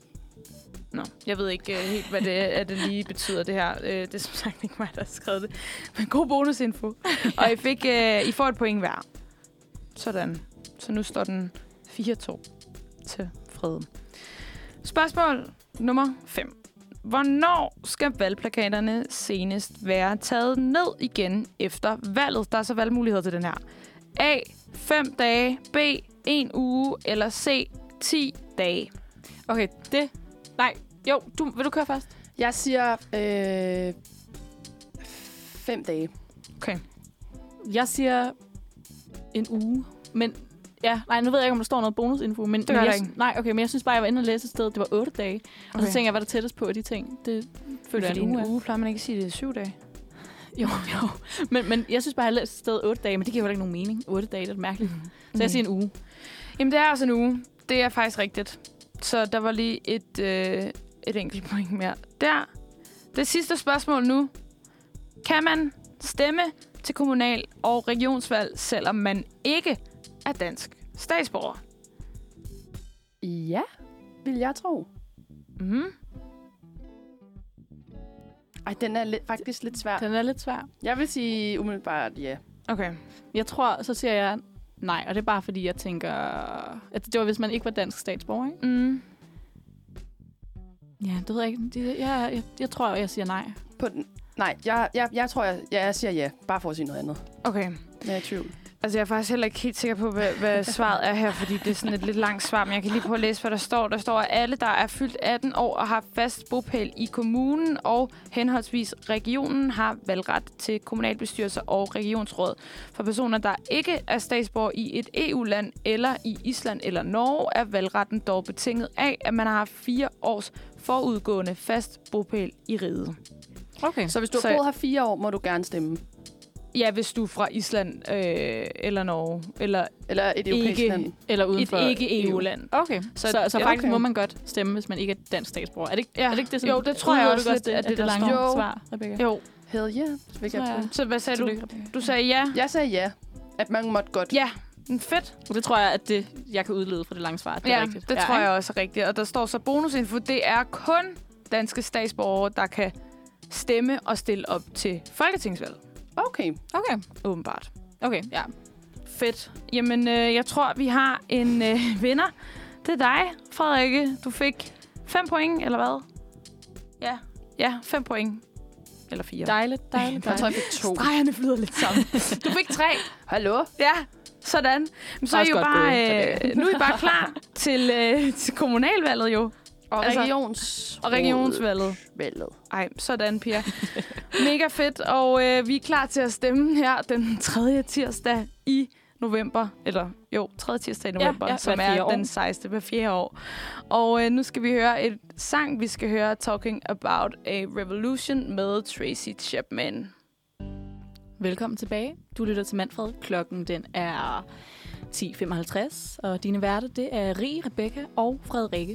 Nå, jeg ved ikke uh, helt, hvad det er, det lige betyder, det her. Uh, det er som sagt ikke mig, der har skrevet det. Men god bonusinfo. Og I, fik, uh, I får et point hver. Sådan. Så nu står den fire to til Frede. Spørgsmål nummer fem. Hvornår skal valgplakaterne senest være taget ned igen efter valget? Der er så valgmuligheder til den her. A. fem dage. B. en uge. Eller C. ti dage. Okay, det... Nej, jo, du, vil du køre først? Jeg siger øh, fem dage. Okay. Jeg siger en uge, men... Ja, nej, nu ved jeg ikke, om der står noget bonusinfo, men... Det gør men der jeg, ikke. Nej, okay, men jeg synes bare, jeg var inde og læse et sted, det var otte dage. Og Okay. så tænker jeg, hvad der tættest på af de ting. Det føler jeg Fordi en uge en af. uge plejer man ikke at sige, det er syv dage. Jo, jo. Men, men jeg synes bare, jeg har læst et sted otte dage, men det giver jo ikke nogen mening. otte dage, det er mærkeligt. Mm. Så jeg siger en uge. Jamen, det er også en uge. Det er faktisk rigtigt. Så der var lige et, øh, et enkelt point mere. Der. Det sidste spørgsmål nu. Kan man stemme til kommunal- og regionsvalg, selvom man ikke er dansk statsborger? Ja, vil jeg tro. Mm. Ej, den er lidt, faktisk lidt svær. Den er lidt svær. Jeg vil sige umiddelbart ja. Okay. Jeg tror, så siger jeg nej, og det er bare fordi, jeg tænker, at det var, hvis man ikke var dansk statsborger, ikke? Mm. Ja, det ved jeg ikke. Det, jeg, jeg, jeg tror, jeg siger nej. På den. Nej, jeg, jeg, jeg tror, jeg, jeg siger ja. Bare for at sige noget andet. Okay. Men jeg er i tvivl. Altså, jeg er faktisk heller ikke helt sikker på, hvad, hvad svaret er her, fordi det er sådan et lidt langt svar, men jeg kan lige prøve at læse, hvad der står. Der står, at alle, der er fyldt atten år og har fast bopæl i kommunen og henholdsvis regionen, har valgret til kommunalbestyrelser og regionsråd. For personer, der ikke er statsborger i et E U-land eller i Island eller Norge, er valgretten dog betinget af, at man har haft fire års forudgående fast bopæl i riget. Okay. Så hvis du har Så- boet her fire år, må du gerne stemme. Ja, hvis du er fra Island øh, eller Norge, eller Eller et europæisk Ikke. land. Eller uden et for ikke-E U-land. Okay, så, så, så ja, faktisk okay. må man godt stemme, hvis man ikke er dansk statsborger. Er det ikke, Ja. er det, ikke det, sådan, Jo, det tror jeg udleder også du lidt, det, at det, det der lange står. svar, Rebecca? Jo. Hell yeah. Så vil Så jeg er- prøve. Så hvad sagde du? Tillykke, Rebecca. Du sagde ja. Jeg sagde ja. At man måtte godt. Ja, men fedt. Og det tror jeg, at det, jeg kan udlede fra det lange svar. at Det er Ja, rigtigt. det ja, tror ikke? jeg også er rigtigt. Og der står så bonusinfo. Det er kun danske statsborgere, der kan stemme og stille op til folketingsvalg. Okay. Okay, Åbenbart. okay, ja. Fedt. Jamen, øh, jeg tror, vi har en øh, vinder. Det er dig, Frederikke. Du fik fem point, eller hvad? Ja. Ja, fem point. Eller fire. Dejligt, dejligt, Jeg tror, jeg dejligt. fik to. Stregerne flyder lidt sammen. Du fik tre. Hallo? Ja, sådan. Men så er I Også jo godt bare, gået, øh, nu er I bare klar til, øh, til kommunalvalget jo. Og Altså- regions... Og regionsvalget. Valget. Ej, sådan, Pia. Mega fedt, og øh, vi er klar til at stemme her den tredje tirsdag i november. Eller jo, tredje tirsdag i november, ja, som hvert er fjerde år. den sekstende hver fjerde år. Og øh, nu skal vi høre et sang, vi skal høre Talking About a Revolution med Tracy Chapman. Velkommen tilbage. Du lytter til Manfred. Klokken den er ti femoghalvtreds, og dine værter, det er Rie, Rebecca og Frederikke.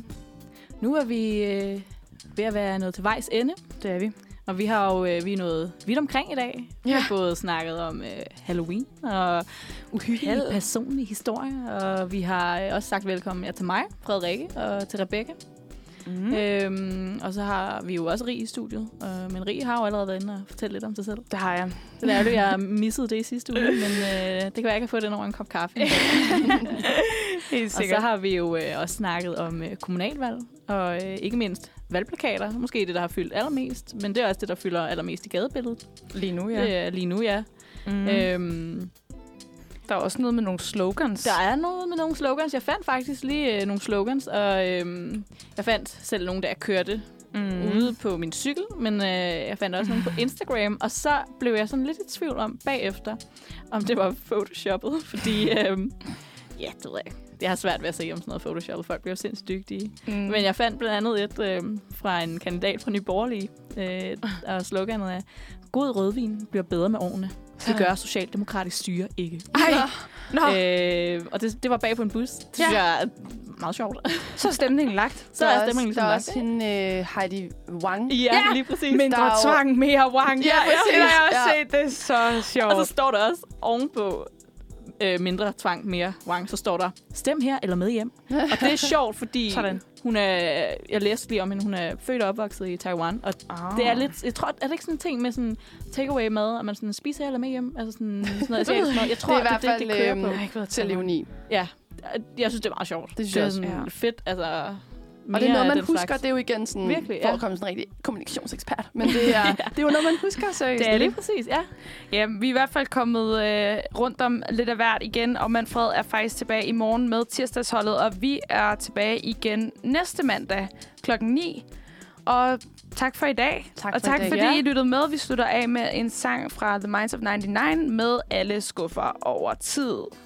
Nu er vi øh, ved at være nået til vejs ende, Det er vi. og vi har jo øh, vi er nået vidt omkring i dag. Vi Ja. har både snakket om øh, Halloween og uhyggelige Held. personlige historier, og vi har øh, også sagt velkommen ja, til mig, Frederikke, og til Rebecca. Mm. Øhm, og så har vi jo også Rie i studiet, øh, men Rie har jo allerede været inde og fortælle lidt om sig selv. Det har jeg. Det er det, jeg missede det i sidste uge, men øh, det kan være, jeg kan få den over en kop kaffe. Helt Og så sikkert. har vi jo øh, også snakket om øh, kommunalvalg, og øh, ikke mindst valgplakater. Måske det, der har fyldt allermest, men det er også det, der fylder allermest i gadebilledet. Lige nu, Ja. Det er lige nu, ja. Mm. Mm. Øhm, Der er også noget med nogle slogans. der er noget med nogle slogans. Jeg fandt faktisk lige øh, nogle slogans, og øh, jeg fandt selv nogle, der kørte mm. ude på min cykel, men øh, jeg fandt også nogle på Instagram, og så blev jeg sådan lidt i tvivl om bagefter, om det var photoshoppet, fordi øh, ja, det ved jeg ikke. Det har svært ved at se om sådan noget photoshoppet. Folk bliver sindssygt dygtige. Mm. Men jeg fandt blandt andet et øh, fra en kandidat fra Nye Borgerlige, øh, og sloganet er: God rødvin bliver bedre med årene. Det gør socialdemokratisk styre ikke. Ej, nå, Øh, og det, det var bag på en bus. Det synes Ja. jeg er meget sjovt. så er stemningen lagt. Så der er også- stemningen Der er ligesom også hende uh, Heidi Wang. Ja, Ja, lige præcis. Mindre Der er jo- tvang, mere wang. Ja, præcis. det har jeg også Ja. set. Det er så sjovt. Og så står der også ovenpå øh, mindre tvang, mere wang, så står der, stem her eller med hjem. Og det er sjovt, fordi Sådan. hun er, jeg læste lige om hende, hun er født og opvokset i Taiwan, og Oh. det er lidt, jeg tror, er det ikke sådan en ting med sådan takeaway mad, at man sådan spiser her eller med hjem? Altså sådan, sådan noget asiatisk mad. Jeg tror, Det er i at det hvert er det, det fald, kører øhm, på. Jeg har ikke været Til at leve i. Ja, jeg synes, det er meget sjovt. Det synes det er jeg også, sådan ja. fedt, altså Og det er noget, man husker. Slags. Det er jo igen sådan, virkelig, for ja. at komme sådan en rigtig kommunikationsekspert. Men det er, ja. det er jo noget, man husker seriøst. Det er lige præcis, ja. Ja, vi er i hvert fald kommet øh, rundt om lidt af hvert igen, og Manfred er faktisk tilbage i morgen med tirsdagsholdet, og vi er tilbage igen næste mandag klokken ni. Og tak for i dag. Tak og for tak i dag. fordi Ja. I lyttede med. Vi slutter af med en sang fra The Minds of nioghalvfems med Alle skuffer over tid.